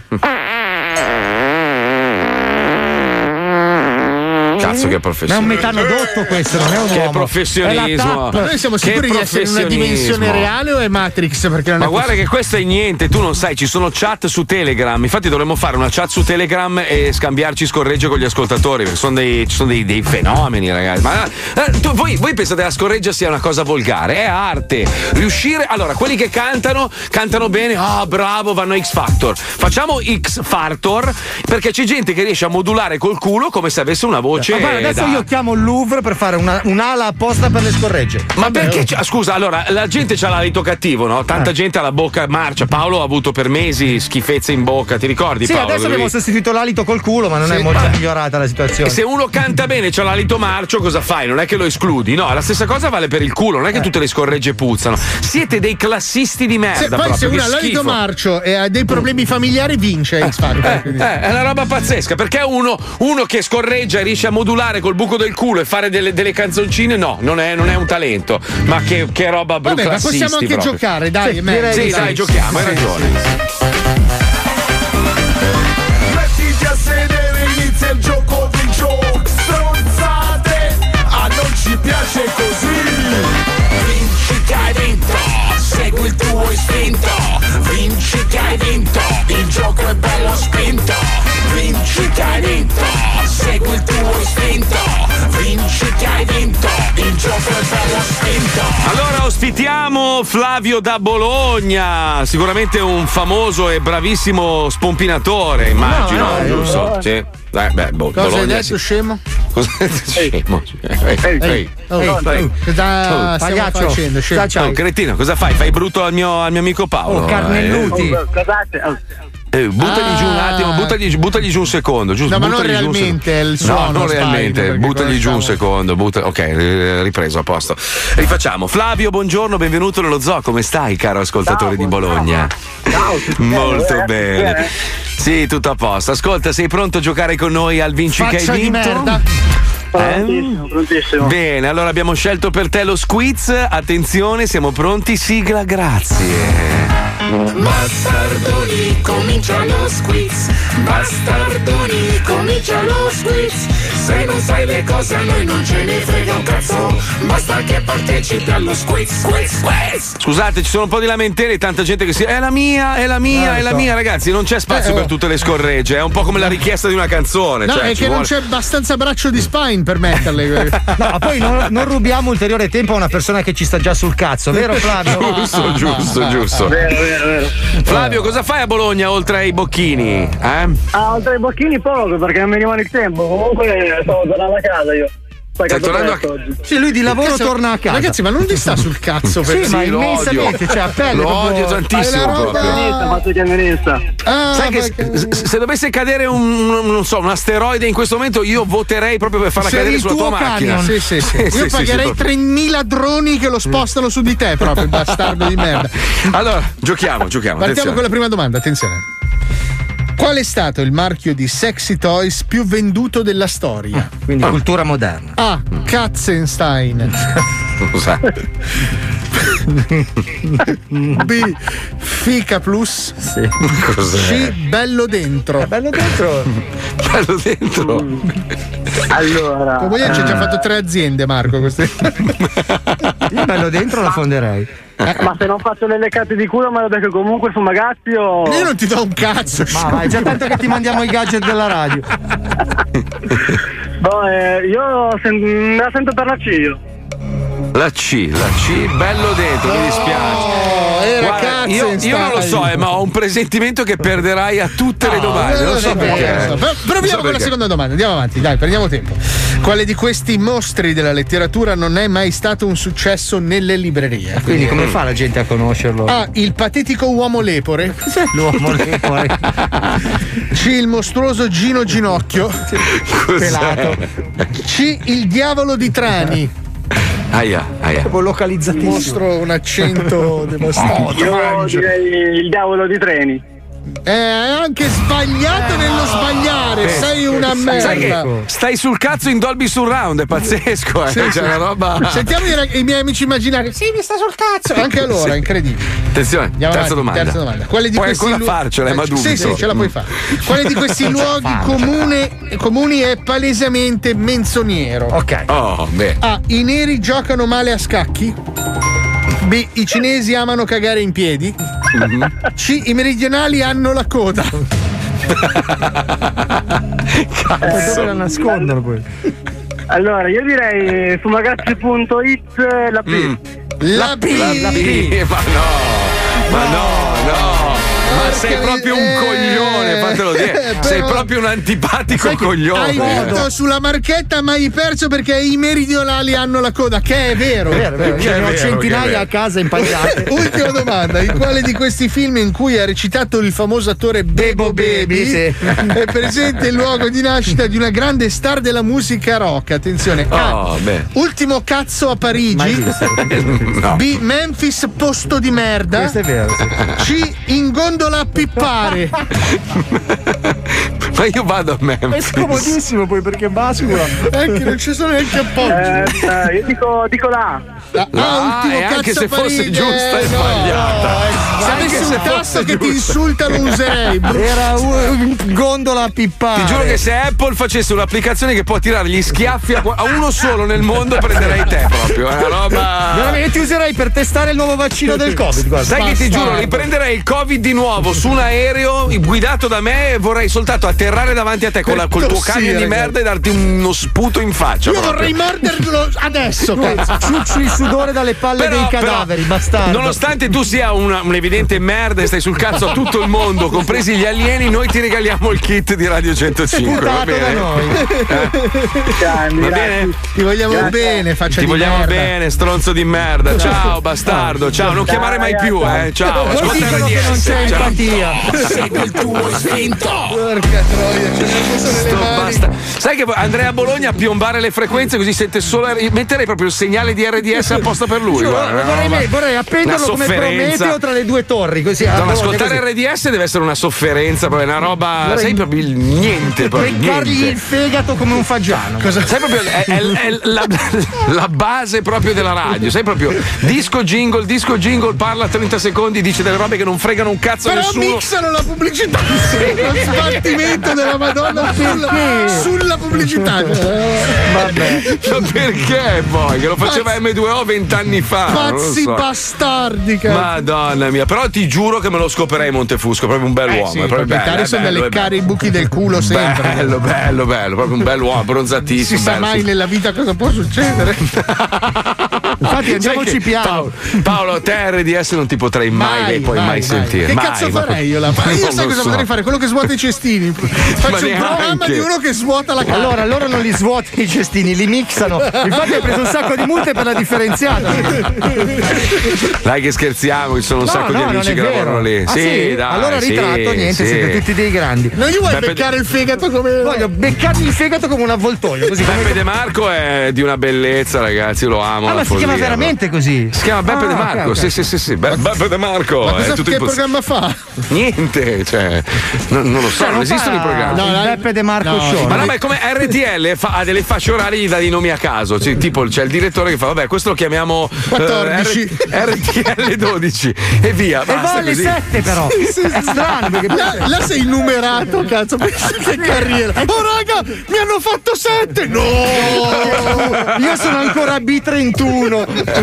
Cazzo, che Ma è un professionismo. metanodotto questo, non è un Che uomo. professionismo. Ma noi siamo Che sicuri di essere in una dimensione professionismo. reale o è Matrix? Perché non Ma è guarda che questo è niente, tu non sai, ci sono chat su Telegram. Infatti dovremmo fare una chat su Telegram e scambiarci scorregge con gli ascoltatori, perché sono dei, ci sono dei, dei fenomeni, ragazzi. Ma eh, tu- voi, voi pensate che la scorreggia sia una cosa volgare? È arte. Riuscire. Allora, quelli che cantano, cantano bene, ah, bravo, vanno a X Factor. Facciamo X Factor perché c'è gente che riesce a modulare col culo come se avesse una voce. Ma guarda, adesso da- io chiamo il Louvre per fare una, un'ala apposta per le scorregge. Ma perché? c'ha- Scusa, allora, la gente c'ha l'alito cattivo, no? Tanta Eh. gente ha la bocca marcia. Paolo ha avuto per mesi schifezze in bocca, ti ricordi? Sì, Paolo? adesso Lui- abbiamo sostituito l'alito col culo, ma non è Sì. molto Vabbè. migliorata la situazione. E se uno canta bene, c'ha l'alito marcio, cosa fai? Non è che lo escludi, no? La stessa cosa vale per il culo, non è che tutte le scorregge puzzano. Siete dei classisti di merda. Se, poi proprio, se uno che ha l'alito schifo. marcio e ha dei problemi familiari vince X Factor. Eh, quindi. eh, è una roba pazzesca, perché uno, uno che scorreggia e riesce a modulare col buco del culo e fare delle, delle canzoncine, no, non è, non è un talento. Ma che, che roba brutta. Vabbè, ma possiamo anche proprio. giocare, dai, Sì, è meglio. sì, Sì, dai, sì. giochiamo, hai Sì, ragione. Mettiti a sedere, inizia il gioco di gioco. Stronzate, a non ci piace così. Vinci che hai vinto, segui il tuo istinto. Vinci che hai vinto, il gioco è bello spinto. Vinci che hai vinto, segui il tuo istinto. Vinci che hai vinto, il gioco è bello spinto. Allora ospitiamo Flavio da Bologna, sicuramente un famoso e bravissimo spompinatore, immagino, No, no, giusto? no. Sì. Eh, beh, boh, Cosa hai Bologna, detto, sì. scemo? Cosa hai detto, scemo? Ehi, Ehi, ehi, oh, ehi, oh, ehi. cosa Oh, stiamo pagliaccio. facendo, scemo? Ciao, ciao. Oh, cretino, cosa fai? Fai brutto al mio, al mio amico Paolo. Oh, carnelluti. Eh. Eh, buttagli giù un Ah. attimo, buttagli, buttagli giù un secondo, giusto? No, ma non buttagli giù un realmente, secondo. il suono, No, non Spine, realmente, perché buttagli cosa giù un stiamo- secondo. Butta... Ok, eh, ripreso a posto. Rifacciamo. Flavio, buongiorno, benvenuto nello zoo. Come stai, caro ascoltatore di Bologna? Ciao, tutto Molto bene, eh? bene. Bene? Sì, tutto a posto. Ascolta, sei pronto a giocare con noi al Vinci che Faccia hai di vinto? merda. Prontissimo, prontissimo. Bene, allora abbiamo scelto per te lo squiz. Attenzione, siamo pronti. Sigla, grazie. Bastardoni, comincia lo squiz. Bastardoni, comincia lo squiz. Se non sai le cose a noi non ce ne frega un cazzo. Basta che partecipi allo squiz, squiz, squiz. Scusate, ci sono un po' di lamentele, tanta gente che si. È la mia, è la mia, Eh, è la so. mia, ragazzi. Non c'è spazio Eh, oh. per tutte le scorregge. È un po' come la richiesta di una canzone. No, cioè, è ci che non vuole- c'è abbastanza braccio di Spine per metterle. No, ma poi non, non rubiamo ulteriore tempo a una persona che ci sta già sul cazzo, vero Flavio? Giusto, giusto, giusto. Vero, vero, vero. Flavio, cosa fai a Bologna oltre ai bocchini? Eh? Ah, oltre ai bocchini poco perché non mi rimane il tempo. Comunque stavo tornando a casa io. Stai tornando a presto oggi. Sì, lui di lavoro Cazzo, torna a casa. Ragazzi, ma non ti sta sul cazzo per Sì, ma lo immensamente, odio. cioè a pelle Lo proprio- odio tantissimo Fai la roba- proprio. Camionista, fatto camionista. Ah, Sai che perché- se, se dovesse cadere un, un- non so, un asteroide in questo momento, io voterei proprio per farla Sei cadere il sulla tua tuo macchina. camion. Sì, sì, sì. Io sì, sì, pagherei proprio. tremila droni che lo spostano su di te, proprio, il bastardo di merda. Allora, giochiamo, giochiamo. Partiamo attenzione. con la prima domanda, attenzione. Qual è stato il marchio di Sexy Toys più venduto della storia? Quindi cultura moderna. A. Katzenstein. Scusa. B. Fica Plus. Sì. C. Bello dentro. Bello dentro. Bello dentro. Allora. Come c'è già fatto tre aziende, Marco. Queste. Io bello dentro la fonderei. Eh, ma se non faccio le leccate di culo, me lo detto comunque su Magazio. Io non ti do un cazzo. Ma vai, già tanto che ti mandiamo i gadget della radio. Boh, eh, io sen- me la sento per la C io. La C, la C, bello dentro, mi dispiace. era Guarda, io, Katzenstein. io non lo so, eh, ma ho un presentimento che perderai a tutte le domande. Non lo so perché. Però proviamo con la seconda domanda, andiamo avanti, dai, prendiamo tempo. Quale di questi mostri della letteratura non è mai stato un successo nelle librerie? Quindi come fa la gente a conoscerlo? A. Il patetico uomo lepore. Cos'è l'uomo lepore? C. Il mostruoso Gino Ginocchio. Pelato. C. Il diavolo di Trani. Aia, aia. Proprio localizzatissimo. Mostro un accento devastato. Io direi il diavolo di treni. È anche sbagliato nello sbagliare. Sei una merda. Sai che stai sul cazzo in Dolby Surround, è pazzesco, eh. Sì, C'è sì. una roba. Sentiamo i, rag- i miei amici immaginari. Sì, mi sta sul cazzo. Anche allora, Sì. incredibile. Attenzione, Andiamo terza avanti, domanda. terza domanda. Quale di Puoi questi ancora lu- farcela, ma Eh, dubito. Sì, sì, ce la puoi fare. Quale di questi luoghi comune- comuni è palesemente menzognero? Ok. Oh, beh. A. I neri giocano male a scacchi. B. I cinesi amano cagare in piedi. C. I meridionali hanno la coda. Cazzo, dove la nascondono poi? Allora, io direi su magazzi punto it la P. Mm. La B. La B. Ma no, ma no, no. Ma sei proprio un coglione, fatelo dire. Sei proprio un antipatico Sai che coglione. hai vinto sulla marchetta, ma hai perso perché i meridionali hanno la coda, che è vero. Vero, vero. Io Che è ne ho vero, che è centinaia vero. a casa impagliate. Ultima domanda: in quale di questi film in cui ha recitato il famoso attore Bebo Baby Sì. è presente il luogo di nascita di una grande star della musica rock? Attenzione. A. Oh, beh. Ultimo cazzo a Parigi. No. B. Memphis posto di merda. Questo è vero. Sì. C. In gondola a pippare. Ma io vado a È Memphis. scomodissimo poi perché bascula. Anche non ci sono neanche appoggi. Eh, eh, io dico, dico la Ah, Ah, ultimo e anche cazzo se a fosse Parigi, giusta è eh, no. sbagliata. Se Anche avessi se un tasto fosse che ti giusta. insulta lo userei. Era un gondola a pippare. Ti giuro che se Apple facesse un'applicazione che può tirare gli schiaffi a, a uno solo nel mondo, prenderei te proprio. È una roba. Veramente ti userei per testare il nuovo vaccino del Covid. Guarda. Sai che ti giuro, riprenderei il Covid di nuovo su un aereo guidato da me e vorrei soltanto atterrare davanti a te con la, col tuo tossire, camion di merda e darti uno sputo in faccia. Io proprio. vorrei morderlo adesso, cazzo. Ciucci il sudore dalle palle Però, dei però, cadaveri, bastardo. nonostante tu sia una, un'evidente merda e stai sul cazzo a tutto il mondo, compresi gli alieni, noi ti regaliamo il kit di Radio centocinque. Va Sputato da bene? noi. Grandi, Va grazie. bene? Ti vogliamo bene, faccia Ti di vogliamo merda. bene, stronzo di merda. Ciao, bastardo. Ciao, non chiamare mai più, eh. Ciao, Poi ascolta dicono che non R D S. c'è Ciao. empatia. Segui il tuo istinto. Porca troia, ce ne sono nelle Sto mani. basta- Sai che Andrea Bologna a piombare le frequenze così sente solo. Metterei proprio il segnale di R D S apposta per lui. Giuro, guarda, vorrei, una roba- vorrei appenderlo una come sofferenza. Prometeo tra le due torri, così. a No, ma Bologna, ascoltare così. R D S deve essere una sofferenza, proprio una roba. Vorrei- Sai proprio il niente. Proprio Beccargli niente. il fegato come un fagiano. Cosa? Sai proprio è, è- è la, la base proprio della radio, sai proprio disco jingle, disco jingle, parla trenta secondi, dice delle robe che non fregano un cazzo a Però nessuno. mixano la pubblicità. Lo sbattimento della Madonna sulla, sulla pubblicità. Vabbè. Ma perché poi? Che lo faceva M due O vent'anni fa. non lo Pazzi so. bastardi, cazzo. Madonna mia, però ti giuro che me lo scoperei Montefusco, proprio un bel Eh uomo. sì, è proprio i proprietari bello, sono è da bello, è leccare bello. i buchi del culo sempre. Bello, bello, bello, proprio un bel uomo, Si bronzatissimo. sa bello, mai sì. nella vita cosa può succedere. Infatti andiamoci Sai che, piano. Paolo, Paolo, te R D S non ti potrei mai, mai, poi mai, sentire. Che mai, cazzo ma- farei io là? Ma io Non sai lo cosa so. potrei fare? Quello che svuota i cestini. Faccio un programma neanche. di uno che svuota la casa. Allora, loro non li svuotano i cestini, li mixano. Infatti hai preso un sacco di multe per la differenziata. Dai che scherziamo, ci sono un No, sacco no, di non amici è che vero. lavorano lì. Ah, sì, sì? dai. Allora sì, ritratto, niente, sì. siete tutti dei grandi. Non gli vuoi Beppe- beccare il fegato come. Voglio beccarmi il fegato come un avvoltoio, così come. Beppe De Marco è di una bellezza, ragazzi, io lo amo. Ah, la ma si follia. chiama dirlo. veramente così? Si chiama Beppe Ah, De Marco, ok, ok. sì, sì, sì, sì. Be- Beppe De Marco. Ma cosa, è tutto che in poss- programma fa? Niente, cioè, no- non lo so, Cioè, non non esistono fa i programmi. il No, no, Beppe De Marco no, Show. Ma no, ma è come R T L fa, ha delle fasce orarie, gli dà dei nomi a caso. Cioè, tipo c'è il direttore che fa, vabbè, questo lo chiamiamo eh, quattordici. R T L dodici e via. E va Basta alle così. sette però. Sì, sì, È sì. strano perché Là, là sei numerato, cazzo. Pensa che carriera. Oh, raga, mi hanno fatto sette. No! io sono ancora B trentuno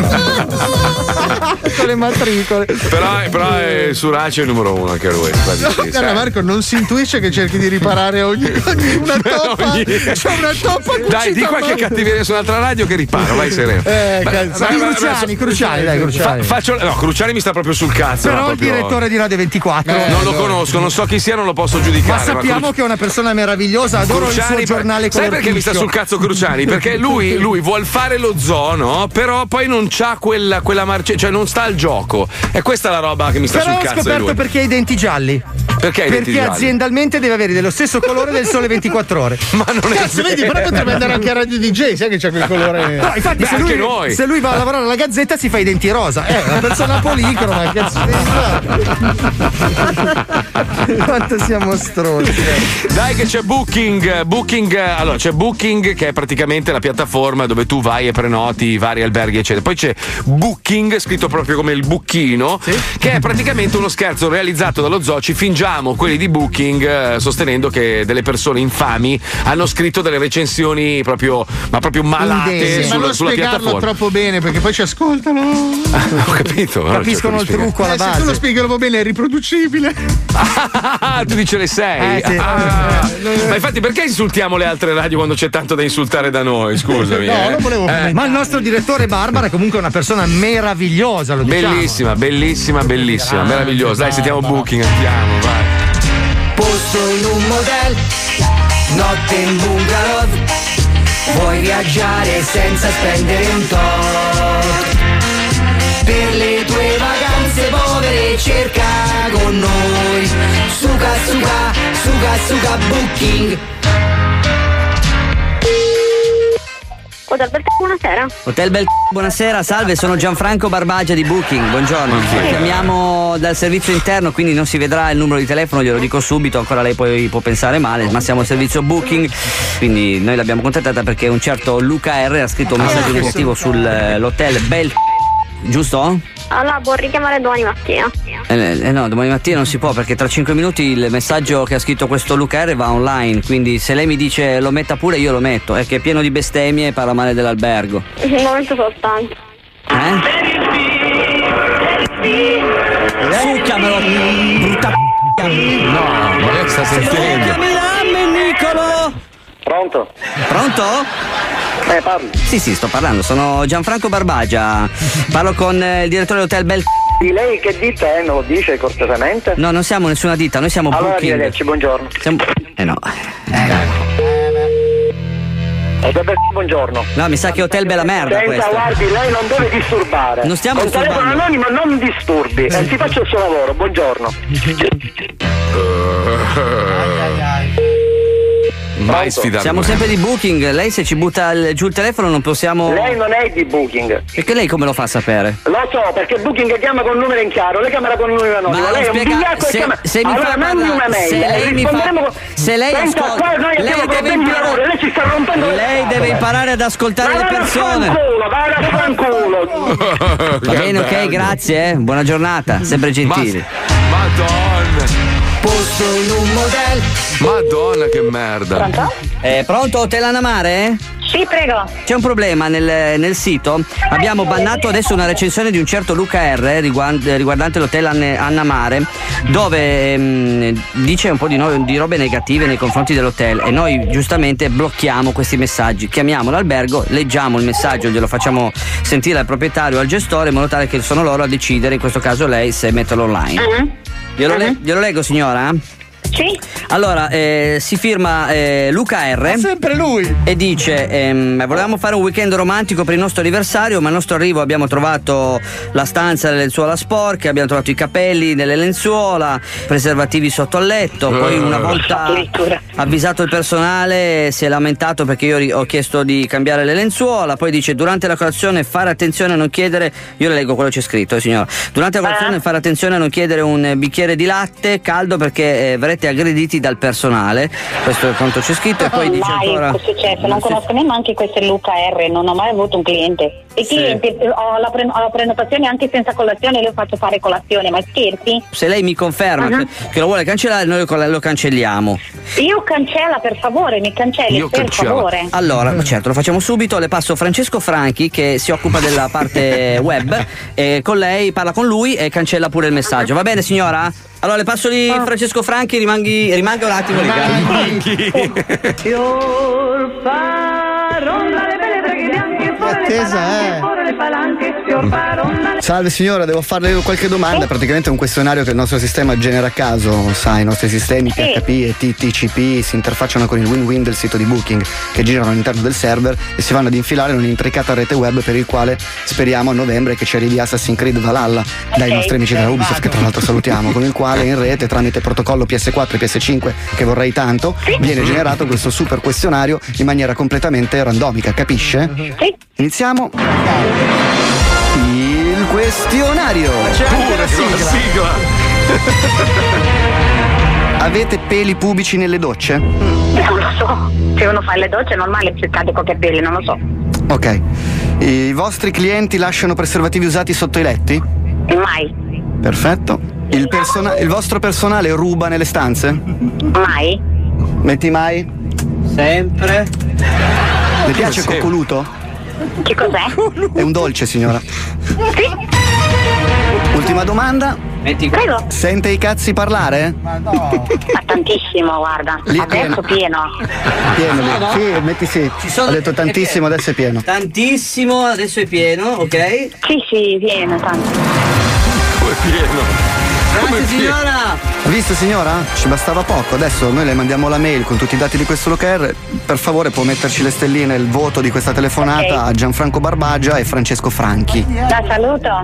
con le matricole. Però, però è su Race il numero uno anche lui. Guardi, sì, Guarda, Marco, non si intuisce che cerchi di riparare ogni, ogni una toppa. Ogni- C'è una toppa Dai, di qualche cattiveria su un'altra radio che riparo, vai sereno. Eh, Ma- cazzo. ma- ma- Cruciani, ma- Cruciani, dai, Cruciani. Fa- faccio, no, Cruciani mi sta proprio sul cazzo. Però no, il proprio- direttore di Radio ventiquattro. non lo conosco, non so chi sia, non lo posso giudicare. Ma sappiamo che è una persona meravigliosa, adoro il suo Cruciani, giornale sai perché mi sta colorfischio. sul cazzo Cruciani? Perché lui, lui vuol fare lo zoo, no? Però poi non c'ha quella, quella marce, cioè non sta al gioco. E questa è la roba che mi sta Però sul ho cazzo di scoperto lui. perché ha i denti gialli. Perché hai i denti Perché gialli? aziendalmente deve avere dello stesso colore del sole ventiquattro ore. Ma non è Cazzo, vedi, però potrebbe andare anche a Radio D J, sai che c'è quel colore. No, infatti, Beh, se, anche lui, noi. se lui va a lavorare alla Gazzetta si fa i denti rosa. È una persona policroma. Cazzo di- Quanto siamo stronzi. Dai che c'è Booking, Booking, allora c'è Booking che è praticamente la piattaforma dove tu vai e prenoti i vari alberghi eccetera. Poi c'è Booking, scritto proprio come il bucchino, che è praticamente uno scherzo realizzato dallo zoo. Ci fingiamo quelli di Booking eh, sostenendo che delle persone infami hanno scritto delle recensioni proprio, ma proprio malate Sì, ma sulla, non sulla spiegarlo piattaforma. troppo bene perché poi ci ascoltano. Ho capito. no, Capiscono cerco il di trucco alla Eh, se tu base. lo spieghi troppo bene è riproducibile. Ah, tu dici le sei? Eh, sì. Ah. Ma infatti perché insultiamo le altre radio quando c'è tanto da insultare da noi? Scusami. No, eh. non volevo Eh, Ma il nostro direttore Barbara è comunque una persona meravigliosa, lo diciamo. Bellissima, bellissima, bellissima, Grande, meravigliosa. Dai, sentiamo Barbara. Booking, andiamo, vai. Posto in un motel, notte in bungalow. Vuoi viaggiare senza spendere un tot. Per le tue vacanze povere cerca con noi. Suga, suga, suga, suga Booking. Hotel Bel buonasera. Hotel Bel buonasera, salve, sono Gianfranco Barbagia di Booking, buongiorno. Chiamiamo dal servizio interno, quindi non si vedrà il numero di telefono, glielo dico subito, ancora lei poi può pensare male, ma siamo al servizio Booking, quindi noi l'abbiamo contattata perché un certo Luca R ha scritto un messaggio negativo sull'hotel Bel, giusto? Allora, può richiamare domani mattina. Eh, eh, no, domani mattina non si può perché tra cinque minuti il messaggio che ha scritto questo Luca R va online, quindi se lei mi dice lo metta pure io lo metto, è che è pieno di bestemmie e parla male dell'albergo. Un momento soltanto. Eh? Succhiamelo, brutta p***a. No, ma lei sta sentendo. Succhiami la Nicolo. Pronto? Pronto? Eh, parli. Sì, sì, sto parlando, sono Gianfranco Barbagia. Parlo con eh, il direttore dell'hotel Bel. Di lei che ditta è? Me lo dice cortesemente? No, non siamo nessuna ditta, noi siamo Allora, Booking. arrivederci, buongiorno. Siamo... Eh no. Hotel Bel, buongiorno. No, mi sa che Hotel Bella Merda Senta, questo. guardi, lei non deve disturbare. Non stiamo Con telefono disturbando. anonimo non disturbi. E si faccia il suo lavoro, buongiorno. Mai sfidato. Siamo sempre di Booking, lei se ci butta il- giù il telefono non possiamo. Lei non è di Booking. Perché lei come lo fa a sapere? Lo so, perché Booking chiama con numero in chiaro, lei chiama con numero anonimo. Ma lei è un spiega- vigliacco e se- chiama. se mi allora fa mandi parlare- una mail se lei e mi fa- risponderemo con- se lei Senta, ascolta- qua noi lei abbiamo deve problemi di imparare- lavoro, lei ci sta rompendo le Lei scatole. deve imparare ad ascoltare Ma le vada a persone. fanculo, vada a fanculo. Va bene, ok, grazie, eh. Buona giornata, sempre gentili. Madonna. Posto in un motel. Madonna che merda. Eh, pronto, Hotel Anna Mare? Sì, prego. C'è un problema nel, nel sito. Abbiamo bannato adesso una recensione di un certo Luca R riguard- riguardante l'hotel Anne- Anna Mare, dove ehm, dice un po' di, no- di robe negative nei confronti dell'hotel e noi giustamente blocchiamo questi messaggi. Chiamiamo l'albergo, leggiamo il messaggio, glielo facciamo sentire al proprietario o al gestore in modo tale che sono loro a decidere, in questo caso lei, se metterlo online. Glielo, le- glielo leggo, signora? Sì. Allora, eh, si firma eh, Luca R. È sempre lui. E dice: ehm, volevamo fare un weekend romantico per il nostro anniversario, ma al nostro arrivo abbiamo trovato la stanza delle lenzuola sporche, abbiamo trovato i capelli nelle lenzuola, preservativi sotto al letto. Poi una volta avvisato il personale si è lamentato perché io ri- ho chiesto di cambiare le lenzuola. Poi dice: durante la colazione fare attenzione a non chiedere, io le leggo quello che c'è scritto, eh, signora. Durante la colazione fare attenzione a non chiedere un bicchiere di latte caldo perché eh, verrete aggrediti dal personale. Questo è quanto c'è scritto. E poi dice mai ancora: è successo, non conosco neanche questo Luca R, non ho mai avuto un cliente. I Sì. clienti ho la, pre- ho la prenotazione anche senza colazione, io faccio fare colazione, ma scherzi? se lei mi conferma Uh-huh. che, che lo vuole cancellare, noi lo, lo cancelliamo. Io cancella per favore, mi cancelli per favore. Allora, certo, lo facciamo subito. Le passo Francesco Franchi che si occupa della parte web, e con lei parla con lui e cancella pure il messaggio. Va bene, signora? Allora le passo lì Francesco Franchi, rimanghi, rimanga un attimo lì. Salve signora, devo farle qualche domanda. Praticamente è un questionario che il nostro sistema genera a caso. Sai, i nostri sistemi P H P e T T C P si interfacciano con il win-win del sito di Booking, che girano all'interno del server e si vanno ad infilare in un'intricata rete web per il quale speriamo a novembre che ci arrivi Assassin's Creed Valhalla dai nostri amici della Ubisoft, che tra l'altro salutiamo, con il quale in rete tramite protocollo P S quattro e P S cinque, che vorrei tanto, viene generato questo super questionario in maniera completamente randomica, capisce? Sì. Iniziamo. Il questionario. C'è anche la sigla. Avete peli pubici nelle docce? Non lo so, se uno fa le docce è normale che cade qualche peli, non lo so. Ok. I vostri clienti lasciano preservativi usati sotto i letti? Mai. Perfetto. Il, persona- il vostro personale ruba nelle stanze? Mai. Metti mai? Sempre. Le piace il coccoluto? Che cos'è? È un dolce, signora. Sì. Ultima domanda. Prego. Sente i cazzi parlare? Ma tantissimo, guarda. Lì è Adesso pieno. Pieno lì. No, no. Sì, metti sì. sono- Ho detto è tantissimo, adesso è pieno. Tantissimo, adesso è pieno, ok? Sì, sì, pieno, tanto. Come pieno? Grazie signora! Ha visto signora? Ci bastava poco. Adesso noi le mandiamo la mail con tutti i dati di questo locker. Per favore può metterci le stelline, il voto di questa telefonata Ok. a Gianfranco Barbagia e Francesco Franchi. La saluto.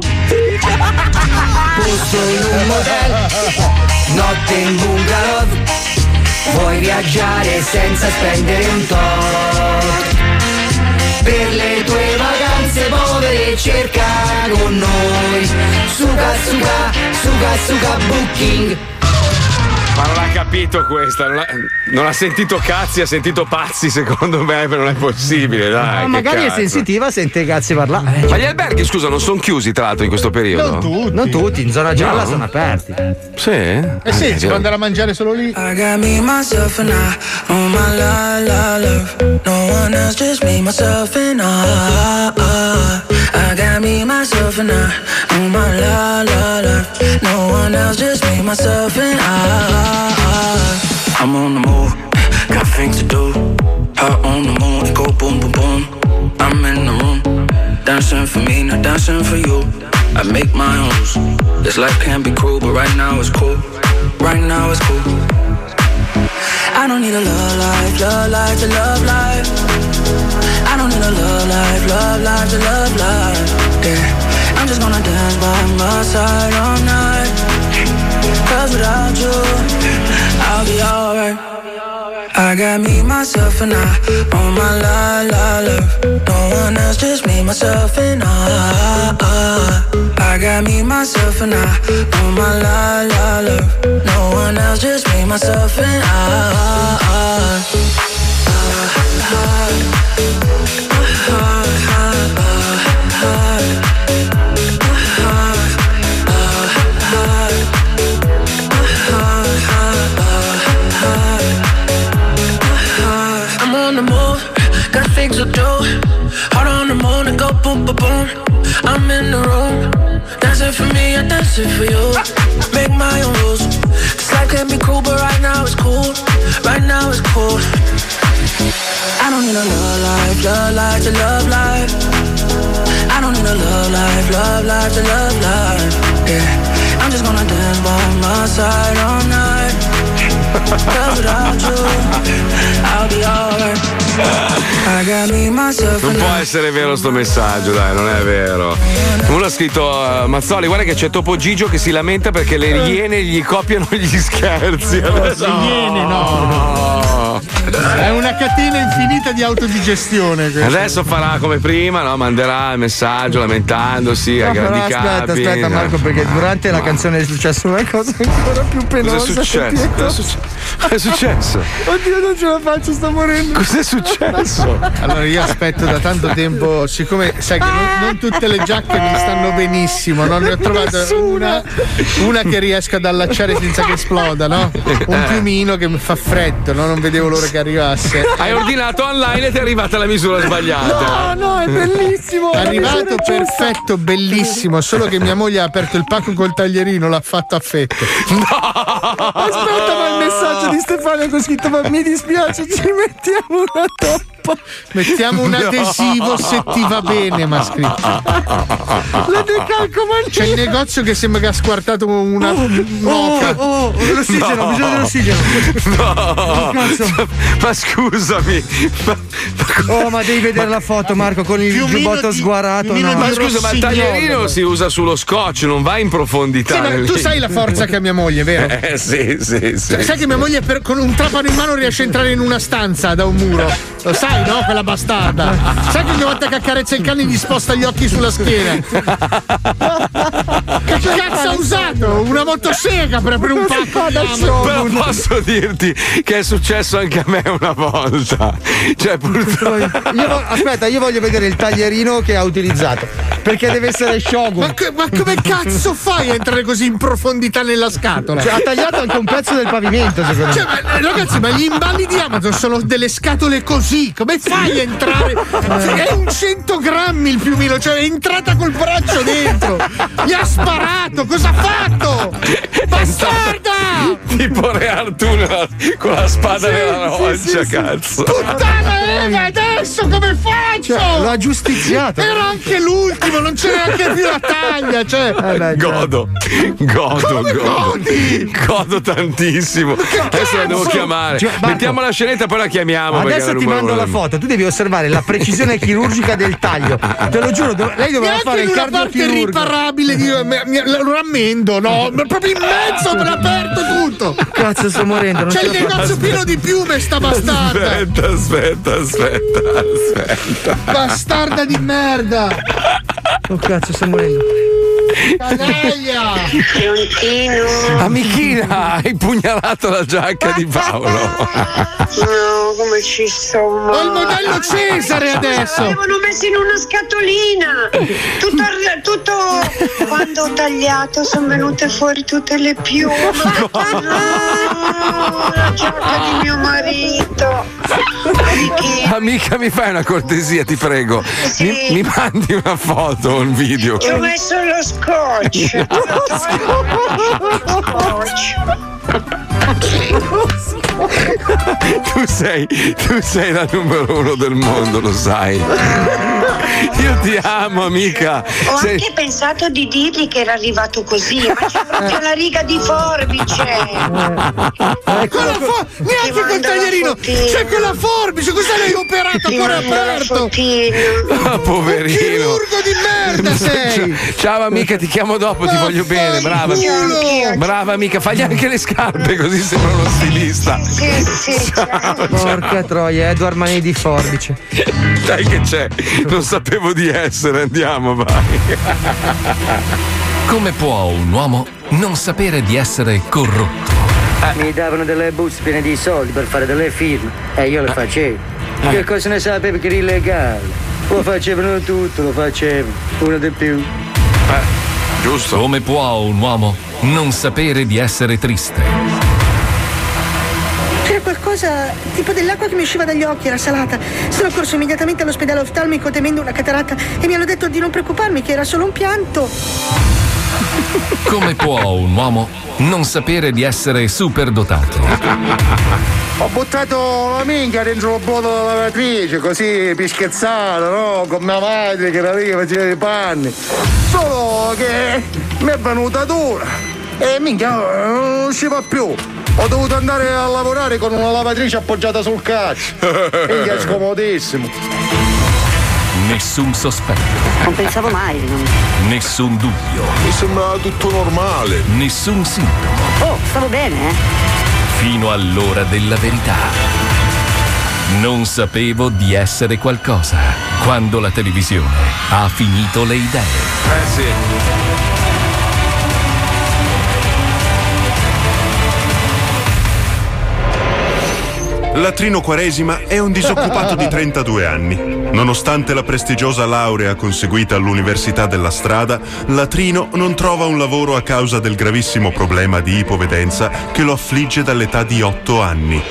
Posto in un motel, notte in bungalow. Vuoi viaggiare senza spendere un tot. Per le tue vacanze povere cerca con noi Suga Suga Suga Suga Booking. Ma non ha capito questa, non ha, non ha sentito cazzi, ha sentito pazzi, secondo me, non è possibile, dai. Ma che magari è cazzo. sensitiva, sente i cazzi parlare. Ma gli alberghi, scusa, non sono chiusi tra l'altro in questo periodo? Non tutti. Non tutti, in zona gialla No. sono aperti. Sì? Eh sì, si può andare a mangiare solo lì. I got me, myself and I on my la la love. No one else, just me, myself and I. I got me, myself and I on my la la love. No one else, just me, myself and I. I'm on the move, got things to do. Hot on the moon, go boom boom boom. I'm in the room, dancing for me, not dancing for you. I make my own rules. This life can be cruel, but right now it's cool. Right now it's cool. I don't need a love life, love life to love life. I don't need a love life, love life to love life. Yeah, I'm just gonna dance by my side all night. Cause without you, I'll be alright. I got me, myself and I on my la la love. No one else, just me, myself and I. I got me, myself and I on my la la love. No one else, just me, myself and I. I'm on the move, got things to do. Hard on the moon and go boom boom boom. I'm in the room, dancing for me, I dance it for you. Make my own rules. This life can be cruel, but right now it's cool. Right now it's cool. I don't need a love life, love life to love life. I don't need a love life, love life to love life. Yeah, I'm just gonna dance by my side all night. Non può essere vero sto messaggio, dai, non è vero. Uno ha scritto uh, Mazzoli, guarda che c'è Topo Gigio che si lamenta perché le iene gli copiano gli scherzi. Le iene, no, no. È una catena infinita di autodigestione. Questa. Adesso farà come prima, no? Manderà il messaggio lamentandosi No, a però grandi aspetta, capi. aspetta Marco, perché durante la canzone è successa una cosa ancora più penosa. Cos'è successo? Cos'è successo? È successo? Oddio, non ce la faccio, sto morendo. Cos'è successo? Allora io aspetto da tanto tempo, siccome sai che non, non tutte le giacche mi stanno benissimo, non ne ho trovato una, una che riesco ad allacciare senza che esploda, no? Un piumino che mi fa freddo, no? Non vedevo l'ora che arrivasse. Hai ordinato online e ti è arrivata la misura sbagliata. No, no, è bellissimo. È arrivato perfetto, bellissimo, solo che mia moglie ha aperto il pacco col taglierino, l'ha fatto a fette. Aspetta, ma il messaggio di Stefano con scritto: ma mi dispiace, ci mettiamo una toppa. Mettiamo un adesivo se ti va bene, ma scritto. La decalcomania. C'è il negozio che sembra che ha squartato una un'oca. Oh, oh, l'ossigeno, No. bisogno dell'ossigeno. No, Cazzo. ma scusami. Ma, Oh, ma devi vedere la foto, Marco, con il Piumino giubbotto di- sguarato. piumino No. ma scusa, ma il taglierino si usa sullo scotch, non va in profondità. Sì, ma nel- tu sai la forza che ha mia moglie, vero? Eh sì, sì, sì. Sai che mia moglie per- con un trapano in mano riesce a entrare in una stanza da un muro? Lo sai, no? Quella bastarda. Sai che ogni volta che accarezza il cane gli sposta gli occhi sulla schiena? Che cazzo ha usato? Una motosega per aprire un pacco da Però posso dirti che è successo anche a me una volta. Cioè, purtroppo. Io vo- aspetta, io voglio vedere il taglierino che ha utilizzato. Perché deve essere shogun. Ma, che- ma come cazzo fai a entrare così in profondità nella scatola? Cioè, ha tagliato anche un pezzo del pavimento, secondo Cioè, me. ma, ragazzi, ma gli imballi di Amazon sono delle scatole così. Come fai a entrare? È un cento grammi il piumino, cioè è entrata col braccio dentro. Gli ha sparato, cosa ha fatto? Bastarda! Tipo Re Artù nella- con la spada Sì, nella sì, roccia, sì, sì. cazzo. Puttana, Ega, adesso come faccio? Cioè, lo ha giustiziato. Era anche l'ultimo, non c'era neanche più la taglia, cioè. Eh beh, Godo, godo, Come godo. godi? Godo tantissimo. Adesso la devo cazzo? chiamare. Cioè, Marco, Mettiamo la scenetta, poi la chiamiamo. perché Adesso la ti numero mando uno la del- foto, tu devi osservare la precisione chirurgica del taglio. Te lo giuro, dov- lei doveva Neanche fare in il una parte cardiochirurgo. riparabile di mi- mi- lo rammendo, no, ma proprio in mezzo me l'ha aperto tutto. Cazzo, sto morendo. Non C'è ce il la faccio. negozio pieno di piume, sta bastarda. Aspetta, aspetta, aspetta, aspetta. Bastarda di merda. Oh cazzo, sto morendo. Canaglia. Amichina, hai pugnalato la giacca di Paolo. No, come ci sto male. Ho il modello Cesare adesso. L'avevano messo in una scatolina. Tutto, tutto quando ho tagliato sono venute fuori tutte le piume. No, la giacca di mio marito. Amichina. Amica, mi fai una cortesia, ti prego. Sì. Mi, mi mandi una foto, un video. Ci ho messo lo scotch. Tu sei, tu sei la numero uno del mondo, lo sai. Io ti amo, amica. Ho Sei- anche pensato di dirgli che era arrivato così, ma c'è proprio la riga di forbice. Con la fo- neanche col taglierino, c'è con la forbice, cosa l'hai operato Ti ancora mando la aperto? Ah, poverino. Chirurgo di merda sei. Ciao amica, ti chiamo dopo, ti voglio bene, brava. culo. Brava amica, fagli anche le scarpe così sembra uno stilista. Sì, sì, ciao. Porca troia, Edward Mani di forbice. Dai che c'è, non sapevo di essere, andiamo, vai. Come può un uomo non sapere di essere corrotto? Mi davano delle buste piene di soldi per fare delle firme e io le facevo. Che cosa ne sapevo che era illegale? Lo facevano tutto, lo facevano. Uno di più. Giusto. Come può un uomo non sapere di essere triste? C'era qualcosa, tipo dell'acqua che mi usciva dagli occhi, era salata. Sono corso immediatamente all'ospedale oftalmico temendo una cataratta e mi hanno detto di non preoccuparmi, che era solo un pianto. Come può un uomo non sapere di essere superdotato? Ho buttato la minchia dentro il vuoto della lavatrice, così per scherzare, no? Con mia madre che era lì che faceva i panni. Solo che mi è venuta dura e minchia non usciva più. Ho dovuto andare a lavorare con una lavatrice appoggiata sul cazzo. E è scomodissimo. Nessun sospetto. Non pensavo mai. Non... Nessun dubbio. Mi sembra tutto normale. Nessun sintomo. Oh, stavo bene, eh? Fino all'ora della verità. Non sapevo di essere qualcosa quando la televisione ha finito le idee. Eh sì. Latrino Quaresima è un disoccupato di trentadue anni. Nonostante la prestigiosa laurea conseguita all'Università della Strada, Latrino non trova un lavoro a causa del gravissimo problema di ipovedenza che lo affligge dall'età di otto anni.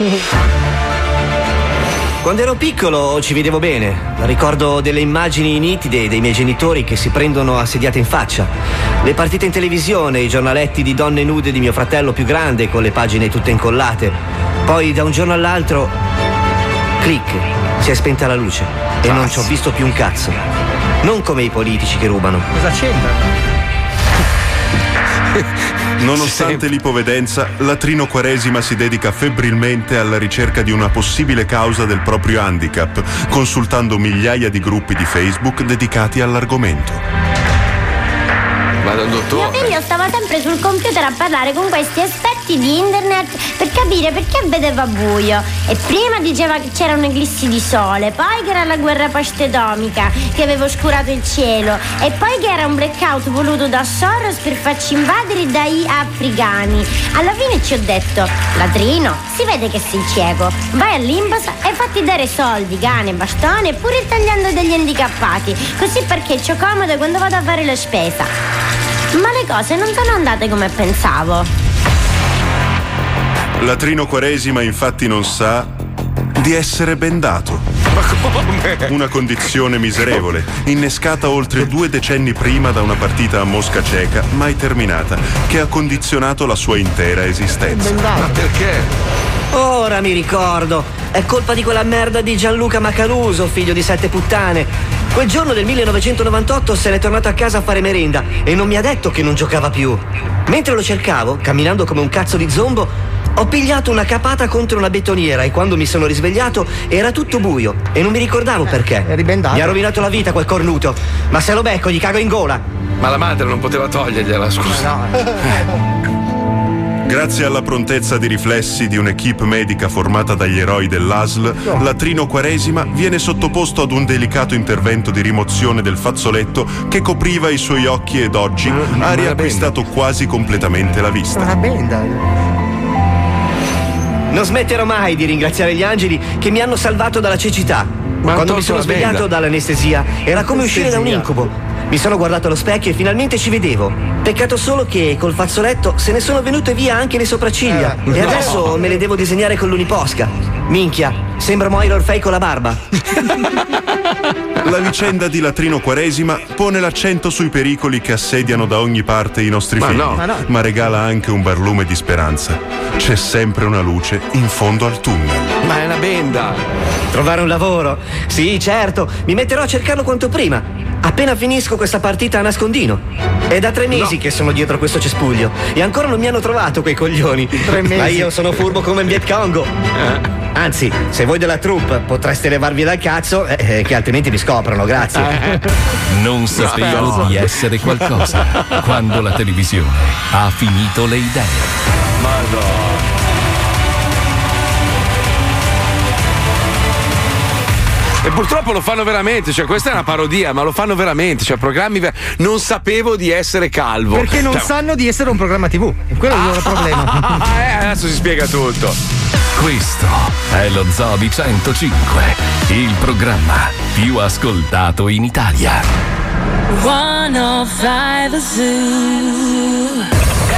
Quando ero piccolo ci vedevo bene. Ricordo delle immagini nitide dei miei genitori che si prendono assediate in faccia. Le partite in televisione, i giornaletti di donne nude di mio fratello più grande con le pagine tutte incollate. Poi da un giorno all'altro, clic, si è spenta la luce e non ci ho visto più un cazzo. Non come i politici che rubano. Cosa c'entra? Nonostante l'ipovedenza, Latrino Quaresima si dedica febbrilmente alla ricerca di una possibile causa del proprio handicap, consultando migliaia di gruppi di Facebook dedicati all'argomento. Vado al dottore. Mio figlio stava sempre sul computer a parlare con questi esperti di internet per capire perché vedeva buio. E prima diceva che c'era un'eclissi di sole, poi che era la guerra pastetomica che aveva oscurato il cielo, e poi che era un blackout voluto da Soros per farci invadere dai africani. Alla fine ci ho detto: Latrino, si vede che sei cieco, vai all'Imbasa e fatti dare soldi, cane, bastone, pure il tagliando degli handicappati, così perché c'ho comodo quando vado a fare la spesa. Ma le cose non sono andate come pensavo. Latrino Quaresima infatti non sa di essere bendato. Ma come? Una condizione miserevole, innescata oltre due decenni prima da una partita a Mosca Ceca, mai terminata, che ha condizionato la sua intera esistenza. Ma perché? Ora mi ricordo. È colpa di quella merda di Gianluca Macaluso, figlio di sette puttane. Quel giorno del millenovecentonovantotto se n'è tornato a casa a fare merenda e non mi ha detto che non giocava più. Mentre lo cercavo, camminando come un cazzo di zombo, ho pigliato una capata contro una betoniera e quando mi sono risvegliato era tutto buio e non mi ricordavo perché. Eri bendato. Mi ha rovinato la vita quel cornuto. Ma se lo becco gli cago in gola. Ma la madre non poteva togliergliela, scusa. No. Grazie alla prontezza di riflessi di un'equipe medica formata dagli eroi dell'A S L, Latrino Quaresima viene sottoposto ad un delicato intervento di rimozione del fazzoletto che copriva i suoi occhi ed oggi ha riacquistato quasi completamente la vista. Una benda. Non smetterò mai di ringraziare gli angeli che mi hanno salvato dalla cecità. Ma Quando mi tolto sono la svegliato benda. dall'anestesia era come uscire da un incubo. Mi sono guardato allo specchio e finalmente ci vedevo. Peccato solo che col fazzoletto se ne sono venute via anche le sopracciglia. Eh, e no. adesso me le devo disegnare con l'uniposca. Minchia, sembra Moira Orfei con la barba. La vicenda di Latrino Quaresima pone l'accento sui pericoli che assediano da ogni parte i nostri Ma figli, no. Ma no. ma regala anche un barlume di speranza. C'è sempre una luce in fondo al tunnel. Ma è una benda. Trovare un lavoro? Sì, certo, mi metterò a cercarlo quanto prima. Appena finisco questa partita a nascondino. È da tre mesi No. che sono dietro questo cespuglio e ancora non mi hanno trovato quei coglioni. Tre mesi. Ma io sono furbo come il Viet Congo. Anzi, se voi della troupe potreste levarvi dal cazzo, eh, che altrimenti mi scoprono, grazie. Non sapevo di essere qualcosa quando la televisione ha finito le idee. Madonna. E purtroppo lo fanno veramente, cioè questa è una parodia, ma lo fanno veramente, cioè programmi ver- non sapevo di essere calvo. Perché non Cioè- sanno di essere un programma tivù. Quello è il loro problema. eh, adesso si spiega tutto. Questo è lo Zoo di centocinque, il programma più ascoltato in Italia. centocinque Zoo.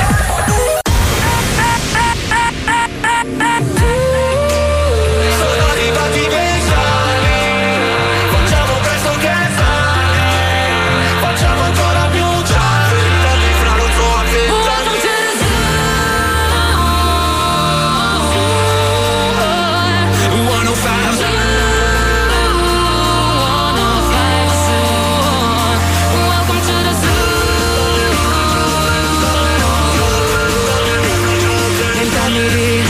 Sono arrivati i vent'anni, facciamo presto che sale, facciamo ancora più tardi, tardi fra lo zoo a vent'anni. centocinque Zoo. Welcome to the zoo. Vent'anni di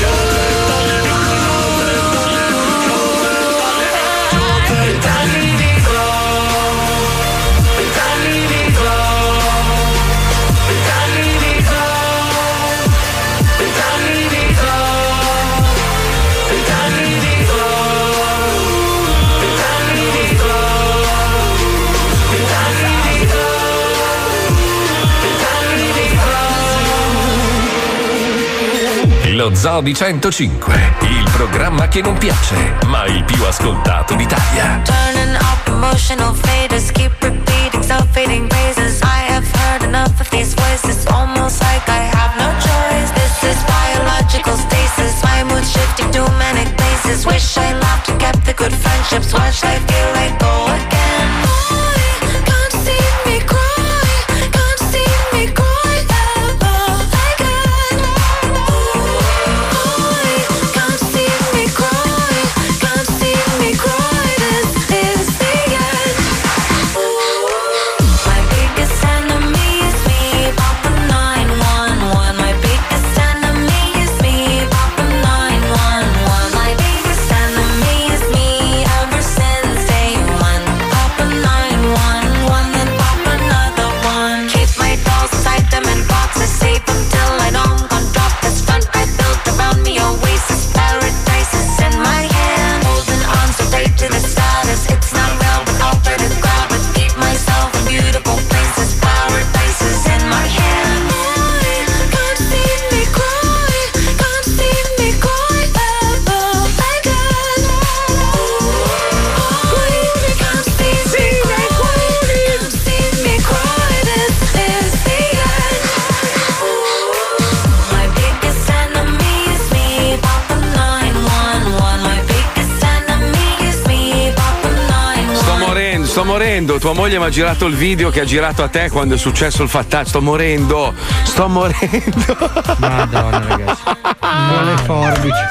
Lo Zoo di centocinque, il programma che non piace, ma il più ascoltato d'Italia. Turning up emotional faders, keep repeating self-fading praises. I have heard enough of these voices, almost like I have no choice. This is biological stasis, my mood shifting to manic places. Wish I laughed and kept the good friendships. Watch life feel like go again. I can't see me cry, can't see me cry ever again. I can't see me cry, can't see me cry. This is the end. My biggest enemy is me, Papa nine one one. My biggest enemy is me, Papa nine one one. My biggest enemy is me ever since day one. Papa nine one one, then pop another one. Keep my dolls, hide them in boxes, save them till I don't gon' drop this front I built around me. Oasis, paradise is in my hand. Holding on so tight to the status. It's not real, but I'll try to grab it. Keep myself in beautiful places. Paradise is in my hand. I can't see me cry, can't see me cry ever again. I can't see me cry, can't see me cry. This is the end. My biggest enemy is me, Papa nine one one. My biggest enemy is me, Papa nine one one. Sto morendo, sto morendo. Tua moglie mi ha girato il video che ha girato a te quando è successo il fattaccio. Sto morendo, sto morendo. Madonna, ragazzi. Non le forbici.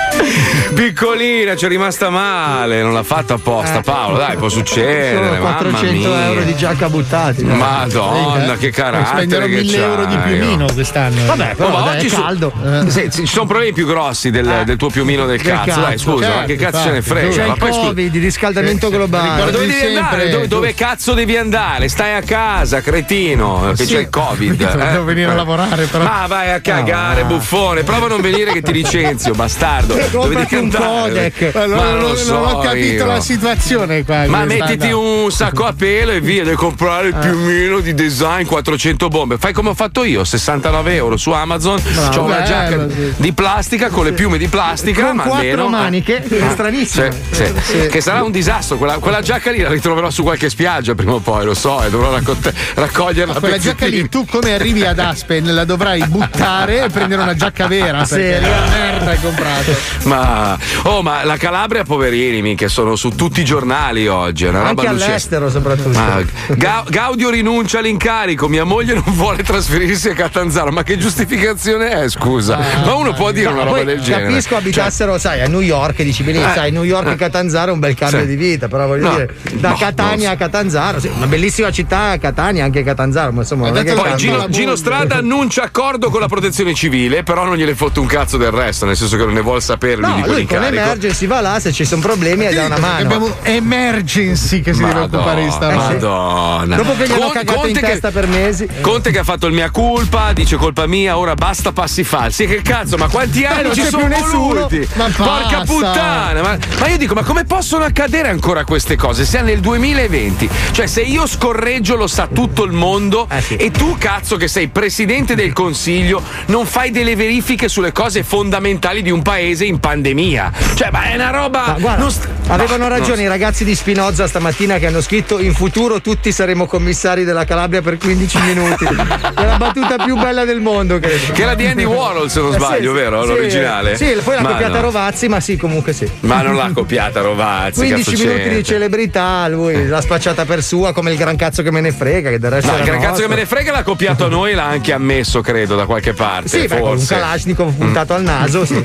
Piccolina, ci è rimasta male, non l'ha fatta apposta, Paolo. Dai, può succedere. Sono mamma quattrocento mia. euro di giacca buttati. dai. Madonna, che carattere. Spenderò che mille c'hai, euro di piumino oh. quest'anno. Vabbè, però Oh, ma dai, oggi è su- caldo. Sì, sì, ci sono problemi più grossi del, del tuo piumino del Del cazzo. Dai, cazzo, scusa, ma certo, che cazzo ce ne infatti. frega? C'è Ma il poi, scusa, Covid, il riscaldamento globale. ma dove devi Sempre. andare? Dove, dove cazzo devi andare? Stai a casa, cretino, che Sì, c'è il Covid. devo venire a lavorare, però. Ma vai a cagare, buffone. Prova a non venire che ti licenzio, bastardo. Dove Comprati devi un andare? codec. Ma Non, non lo non- so non ho capito io. la situazione qua. Ma questa- mettiti un sacco a pelo e via, devi comprare il piumino di design quattrocento bombe. Fai come ho fatto io, sessantanove euro su Amazon. Bravo, C'ho una bello, giacca sì. di plastica con le piume di plastica, Con ma quattro almeno maniche, eh. è stranissimo. Sì, sì. Sì. Che sarà un disastro. Quella, quella giacca lì la ritroverò su qualche spiaggia prima o poi, lo so, e dovrò raccont- raccoglierla. Ma quella a giacca pezzettini. lì, tu come arrivi ad Aspen la dovrai buttare e prendere una giacca vera. Perché Serio? la merda hai comprato. Ma, oh, ma la Calabria, poverini, minchia, sono su tutti i giornali oggi. È una Anche roba allucinante. all'estero, soprattutto. Ma Ga- Gaudio rinuncia all'incarico, mia moglie non vuole trasferirsi a Catanzaro. Ma che giustificazione è, scusa? ma uno può dire No, una roba poi del genere. Capisco abitassero, sai, a New York e dici benissimo, Eh. sai, New York Eh. e Catanzaro è un bel cambio Sì. di vita, però voglio No. dire, da No, Catania non so. a Catanzaro, sì, una bellissima città, Catania, anche Catanzaro, ma insomma, non è che Poi cambia. Gino, Gino Strada annuncia accordo con la protezione civile, però non gliene fotte un cazzo del resto, nel senso che non ne vuol sapere lui No, di lui con quell'incarico. emergency va là, se ci sono problemi e dà una mano. Abbiamo emergency che si deve occupare di sta roba. Madonna. Dopo che gli hanno Con- cagato in Conte che- testa per mesi. Conte che ha fatto il mia colpa, dice colpa mia, ora basta passi falsi. E che cazzo, ma quanti anni non ci c'è sono più nessuno. voluti? Ma Porca basta. puttana! Ma, ma io dico, ma come possono accadere ancora queste cose? Siamo nel duemilaventi. Cioè, se io scorreggio lo sa tutto il mondo e tu, cazzo, che sei presidente del consiglio, non fai delle verifiche sulle cose fondamentali di un paese in pandemia. Cioè, ma è una roba. Ma guarda, non st- avevano no, ragione non- i ragazzi di Spinoza stamattina che hanno scritto in futuro tutti saremo commissari della Calabria per quindici minuti. È la battuta più bella del mondo, credo. Che era di Andy Warhol, se non Eh, sì, sbaglio, sì, vero? sì, L'originale? Sì, poi l'ha Ma copiata no. Rovazzi, ma sì, comunque sì. Ma non l'ha copiata Rovazzi. quindici cazzo minuti c'entra? di celebrità, lui l'ha spacciata per sua come il gran cazzo che me ne frega, che del resto No, il era gran cazzo nostro. che me ne frega l'ha copiato a noi e l'ha anche ammesso, credo, da qualche parte. Sì, beh, con un forse. Kalashnikov puntato al naso, sì.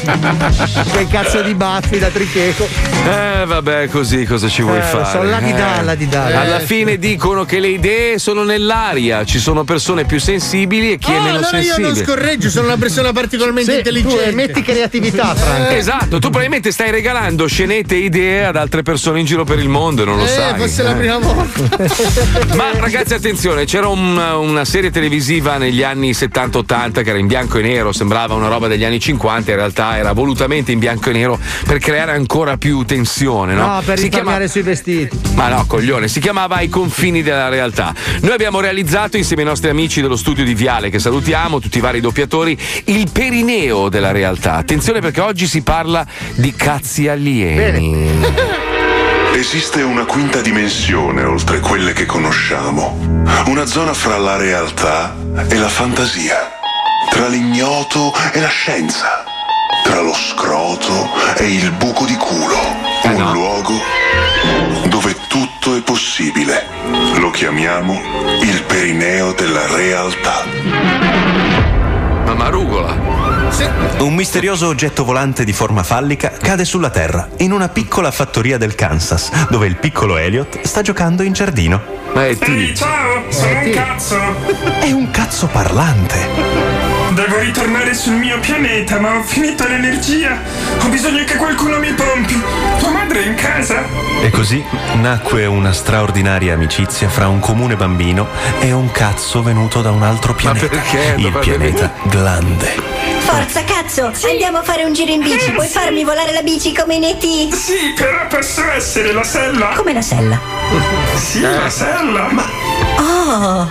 Quei cazzo di baffi da tricheco. Eh, vabbè, così cosa ci vuoi Eh, lo fare? so, la di là, Eh. la di là. Alla Eh, fine dicono che le idee sono nell'aria, ci sono persone più sensibili e chi è Oh, meno allora io sensibile. non scorreggio, sono una persona particolarmente Sì, intelligente. tu metti creatività, Franco. Esatto, tu probabilmente stai regalando scenette e idee ad altre persone in giro per il mondo e non lo Eh, sai. fosse la eh. prima volta. Ma ragazzi, attenzione, c'era un- una serie televisiva negli anni settanta ottanta che era in bianco e nero, sembrava una roba degli anni cinquanta, in realtà era volutamente in bianco e nero per creare ancora più tensione, no? No, per si risparmiare chiama... sui vestiti. Ma no, coglione, si chiamava Ai confini della realtà. Noi abbiamo realizzato insieme ai nostri amici dello studio di Viale, che salutiamo, tutti i vari doppiatori, il perineo della realtà. Attenzione perché oggi si parla di cazzi alieni. Esiste una quinta dimensione oltre quelle che conosciamo, una zona fra la realtà e la fantasia, tra l'ignoto e la scienza, tra lo scroto e il buco di culo, un luogo dove tutto è possibile. Lo chiamiamo il perineo della realtà. Mamma rugola. Un misterioso oggetto volante di forma fallica cade sulla Terra, in una piccola fattoria del Kansas, dove il piccolo Elliot sta giocando in giardino. Ma è Ehi, ciao, sono un cazzo. È un cazzo parlante. Devo ritornare sul mio pianeta, ma ho finito l'energia. Ho bisogno che qualcuno mi pompi. Tua madre è in casa? E così nacque una straordinaria amicizia fra un comune bambino e un cazzo venuto da un altro pianeta. perché? Il Dove pianeta Glande. Forza, cazzo! Andiamo a fare un giro in bici. Puoi farmi volare la bici come in E T? Sì, però posso essere la sella. Come la sella? Sì, la sella. Ma... Oh!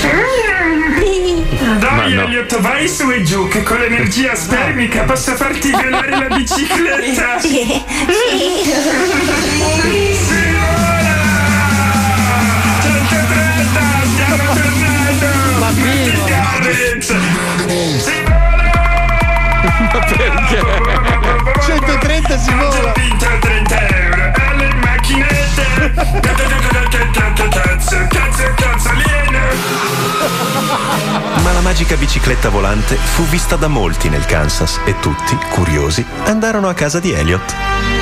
Dai, Elliot, vai su e giù, che con l'energia spermica posso farti violare la bicicletta. Sì, sì. centotrenta, stiamo tornando. Ma prima. Ma perché? centotrenta si vola. Ho vinto trenta euro alle macchinette. Cazzo, cazzo, cazzo, alieno. Ma la magica bicicletta volante fu vista da molti nel Kansas e tutti, curiosi, andarono a casa di Elliot.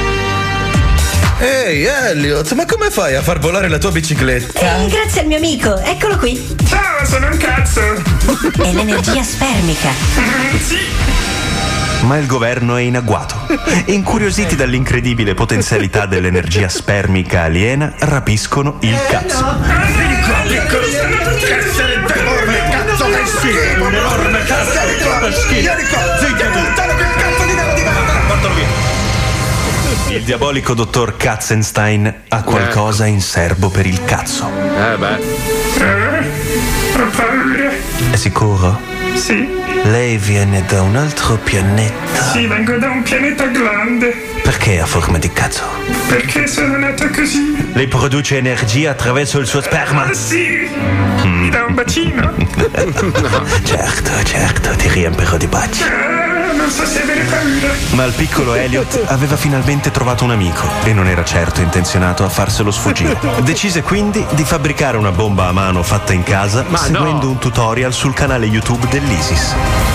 Ehi, Elliot, ma come fai a far volare la tua bicicletta? Eh, grazie al mio amico, eccolo qui. Ciao, sono un cazzo. È l'energia spermica. Sì. Ma il governo è in agguato. Incuriositi dall'incredibile potenzialità dell'energia spermica aliena, rapiscono il cazzo. Cazzo che schifo, un enorme cazzo che schifo. Portalo via. Il diabolico dottor Katzenstein ha qualcosa in serbo per il cazzo. Eh beh. Ho paura. È sicuro? Sì. Lei viene da un altro pianeta. Sì, vengo da un pianeta Glande. Perché ha forma di cazzo? Perché sono nato così. Lei produce energia attraverso il suo sperma? Ah, sì. Mi dà un bacino. Certo, certo, ti riempirò di baci. Ah, non so se avere paura. Ma il piccolo Elliot aveva finalmente trovato un amico e non era certo intenzionato a farselo sfuggire. Decise quindi di fabbricare una bomba a mano fatta in casa, Ma seguendo no. un tutorial sul canale YouTube dell'ISIS.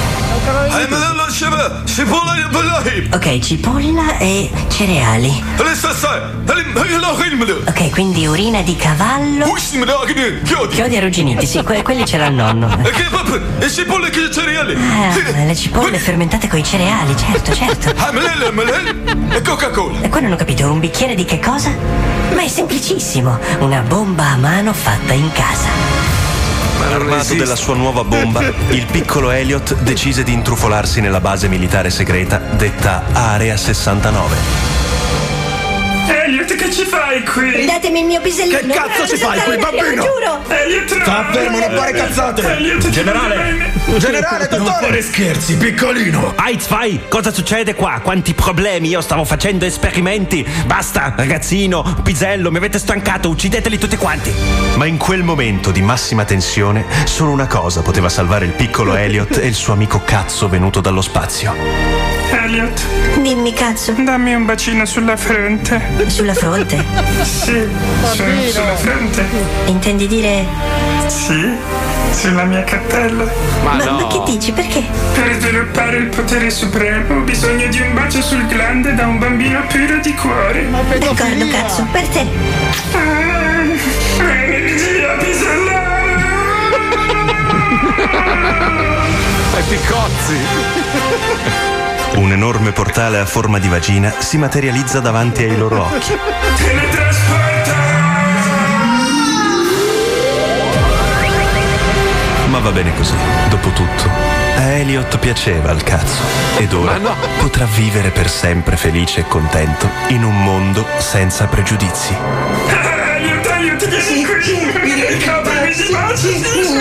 Ok, cipolla e cereali. Ok, quindi urina di cavallo. Chiodi arrugginiti, sì, que- quelli c'era il nonno. Ah, le cipolle fermentate coi cereali, certo, certo. E qua non ho capito, un bicchiere di che cosa? Ma è semplicissimo, una bomba a mano fatta in casa. Armato della sua nuova bomba, il piccolo Elliot decise di intrufolarsi nella base militare segreta detta Area sessantanove. Elliot, che ci fai qui? Datemi il mio pisellino. Che cazzo ci fai qui, bambino? Giuro. Elliot, no. Sta fermo, non fare cazzate. Elliot, Generale, generale, dottore. Non fare scherzi, piccolino. Eins, zwei, cosa succede qua? Quanti problemi? Io stavo facendo esperimenti. Basta, ragazzino, pisello, mi avete stancato, uccideteli tutti quanti. Ma in quel momento di massima tensione, solo una cosa poteva salvare il piccolo Elliot e il suo amico cazzo venuto dallo spazio. Elliot, Dimmi, cazzo. dammi un bacino sulla fronte. Sulla fronte? Sì, su- sulla fronte. Intendi dire... Sì, sulla mia cappella. Ma, ma che dici? Perché? Per sviluppare il potere supremo ho bisogno di un bacio sul glande da un bambino puro di cuore. D'accordo, cazzo, per te. Ah, energia pisellare. Fai piccozzi. Un enorme portale a forma di vagina si materializza davanti ai loro occhi. Ma va bene così, dopo tutto. A Elliot piaceva al cazzo ed ora Ma no. potrà vivere per sempre felice e contento in un mondo senza pregiudizi. Aiuto, aiuto, vieni qui! Coprimi di baci!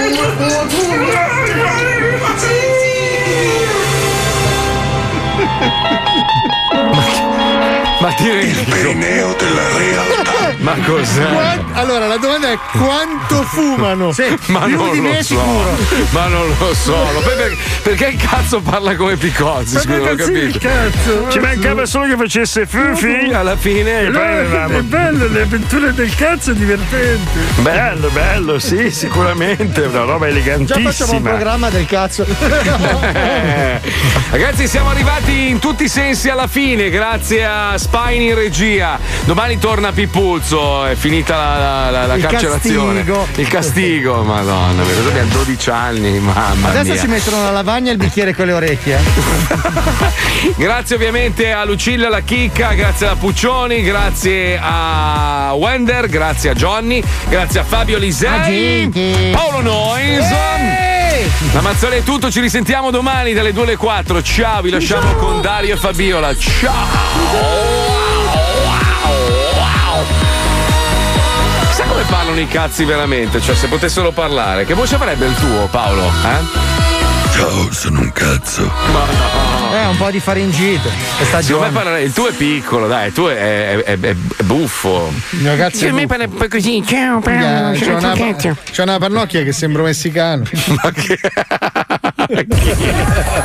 Ma ti rendi Il perineo della realtà. Ma cos'è? Qua- allora, la domanda è quanto fumano? Ma Più non di me lo so, sicuro. ma non lo so. Ma poi per- perché il cazzo parla come Picozzi? Scusa, non ho capito. Ci mancava solo che facesse fufi alla fine e no, poi avevamo- è bello, le avventure del cazzo è divertente. Bello, bello, sì, sicuramente, una roba Già elegantissima. facciamo un programma del cazzo. Eh, Ragazzi, siamo arrivati in tutti i sensi alla fine, grazie a Spine in regia. Domani torna Pippuzzo, è finita la, la, la, la Il carcerazione. castigo. Il castigo, madonna, cosa abbiamo dodici anni, mamma Adesso mia. ci mettono la lavagna e il bicchiere con le orecchie. eh. Grazie ovviamente a Lucilla La Chicca, grazie a Puccioni, grazie a Wender, grazie a Johnny, grazie a Fabio Lisei, Paolo Noyes. La Mazzola è tutto, ci risentiamo domani dalle due alle quattro. Ciao, vi lasciamo con Dario e Fabiola. Ciao! Chissà come parlano i cazzi veramente, cioè se potessero parlare. Che voce avrebbe il tuo, Paolo? Eh? Ciao, sono un cazzo. Ma no. Eh, un po' di faringite. È Secondo me stagione. parlare, il tuo è piccolo, dai, il tuo è, è, è, è buffo. Il mio cazzo è Secondo me buffo. parla un po' così, ciao, Minchia, Paolo, C'è sono una, il tuo cazzo. c'è una pannocchia che sembra messicano. Ma che...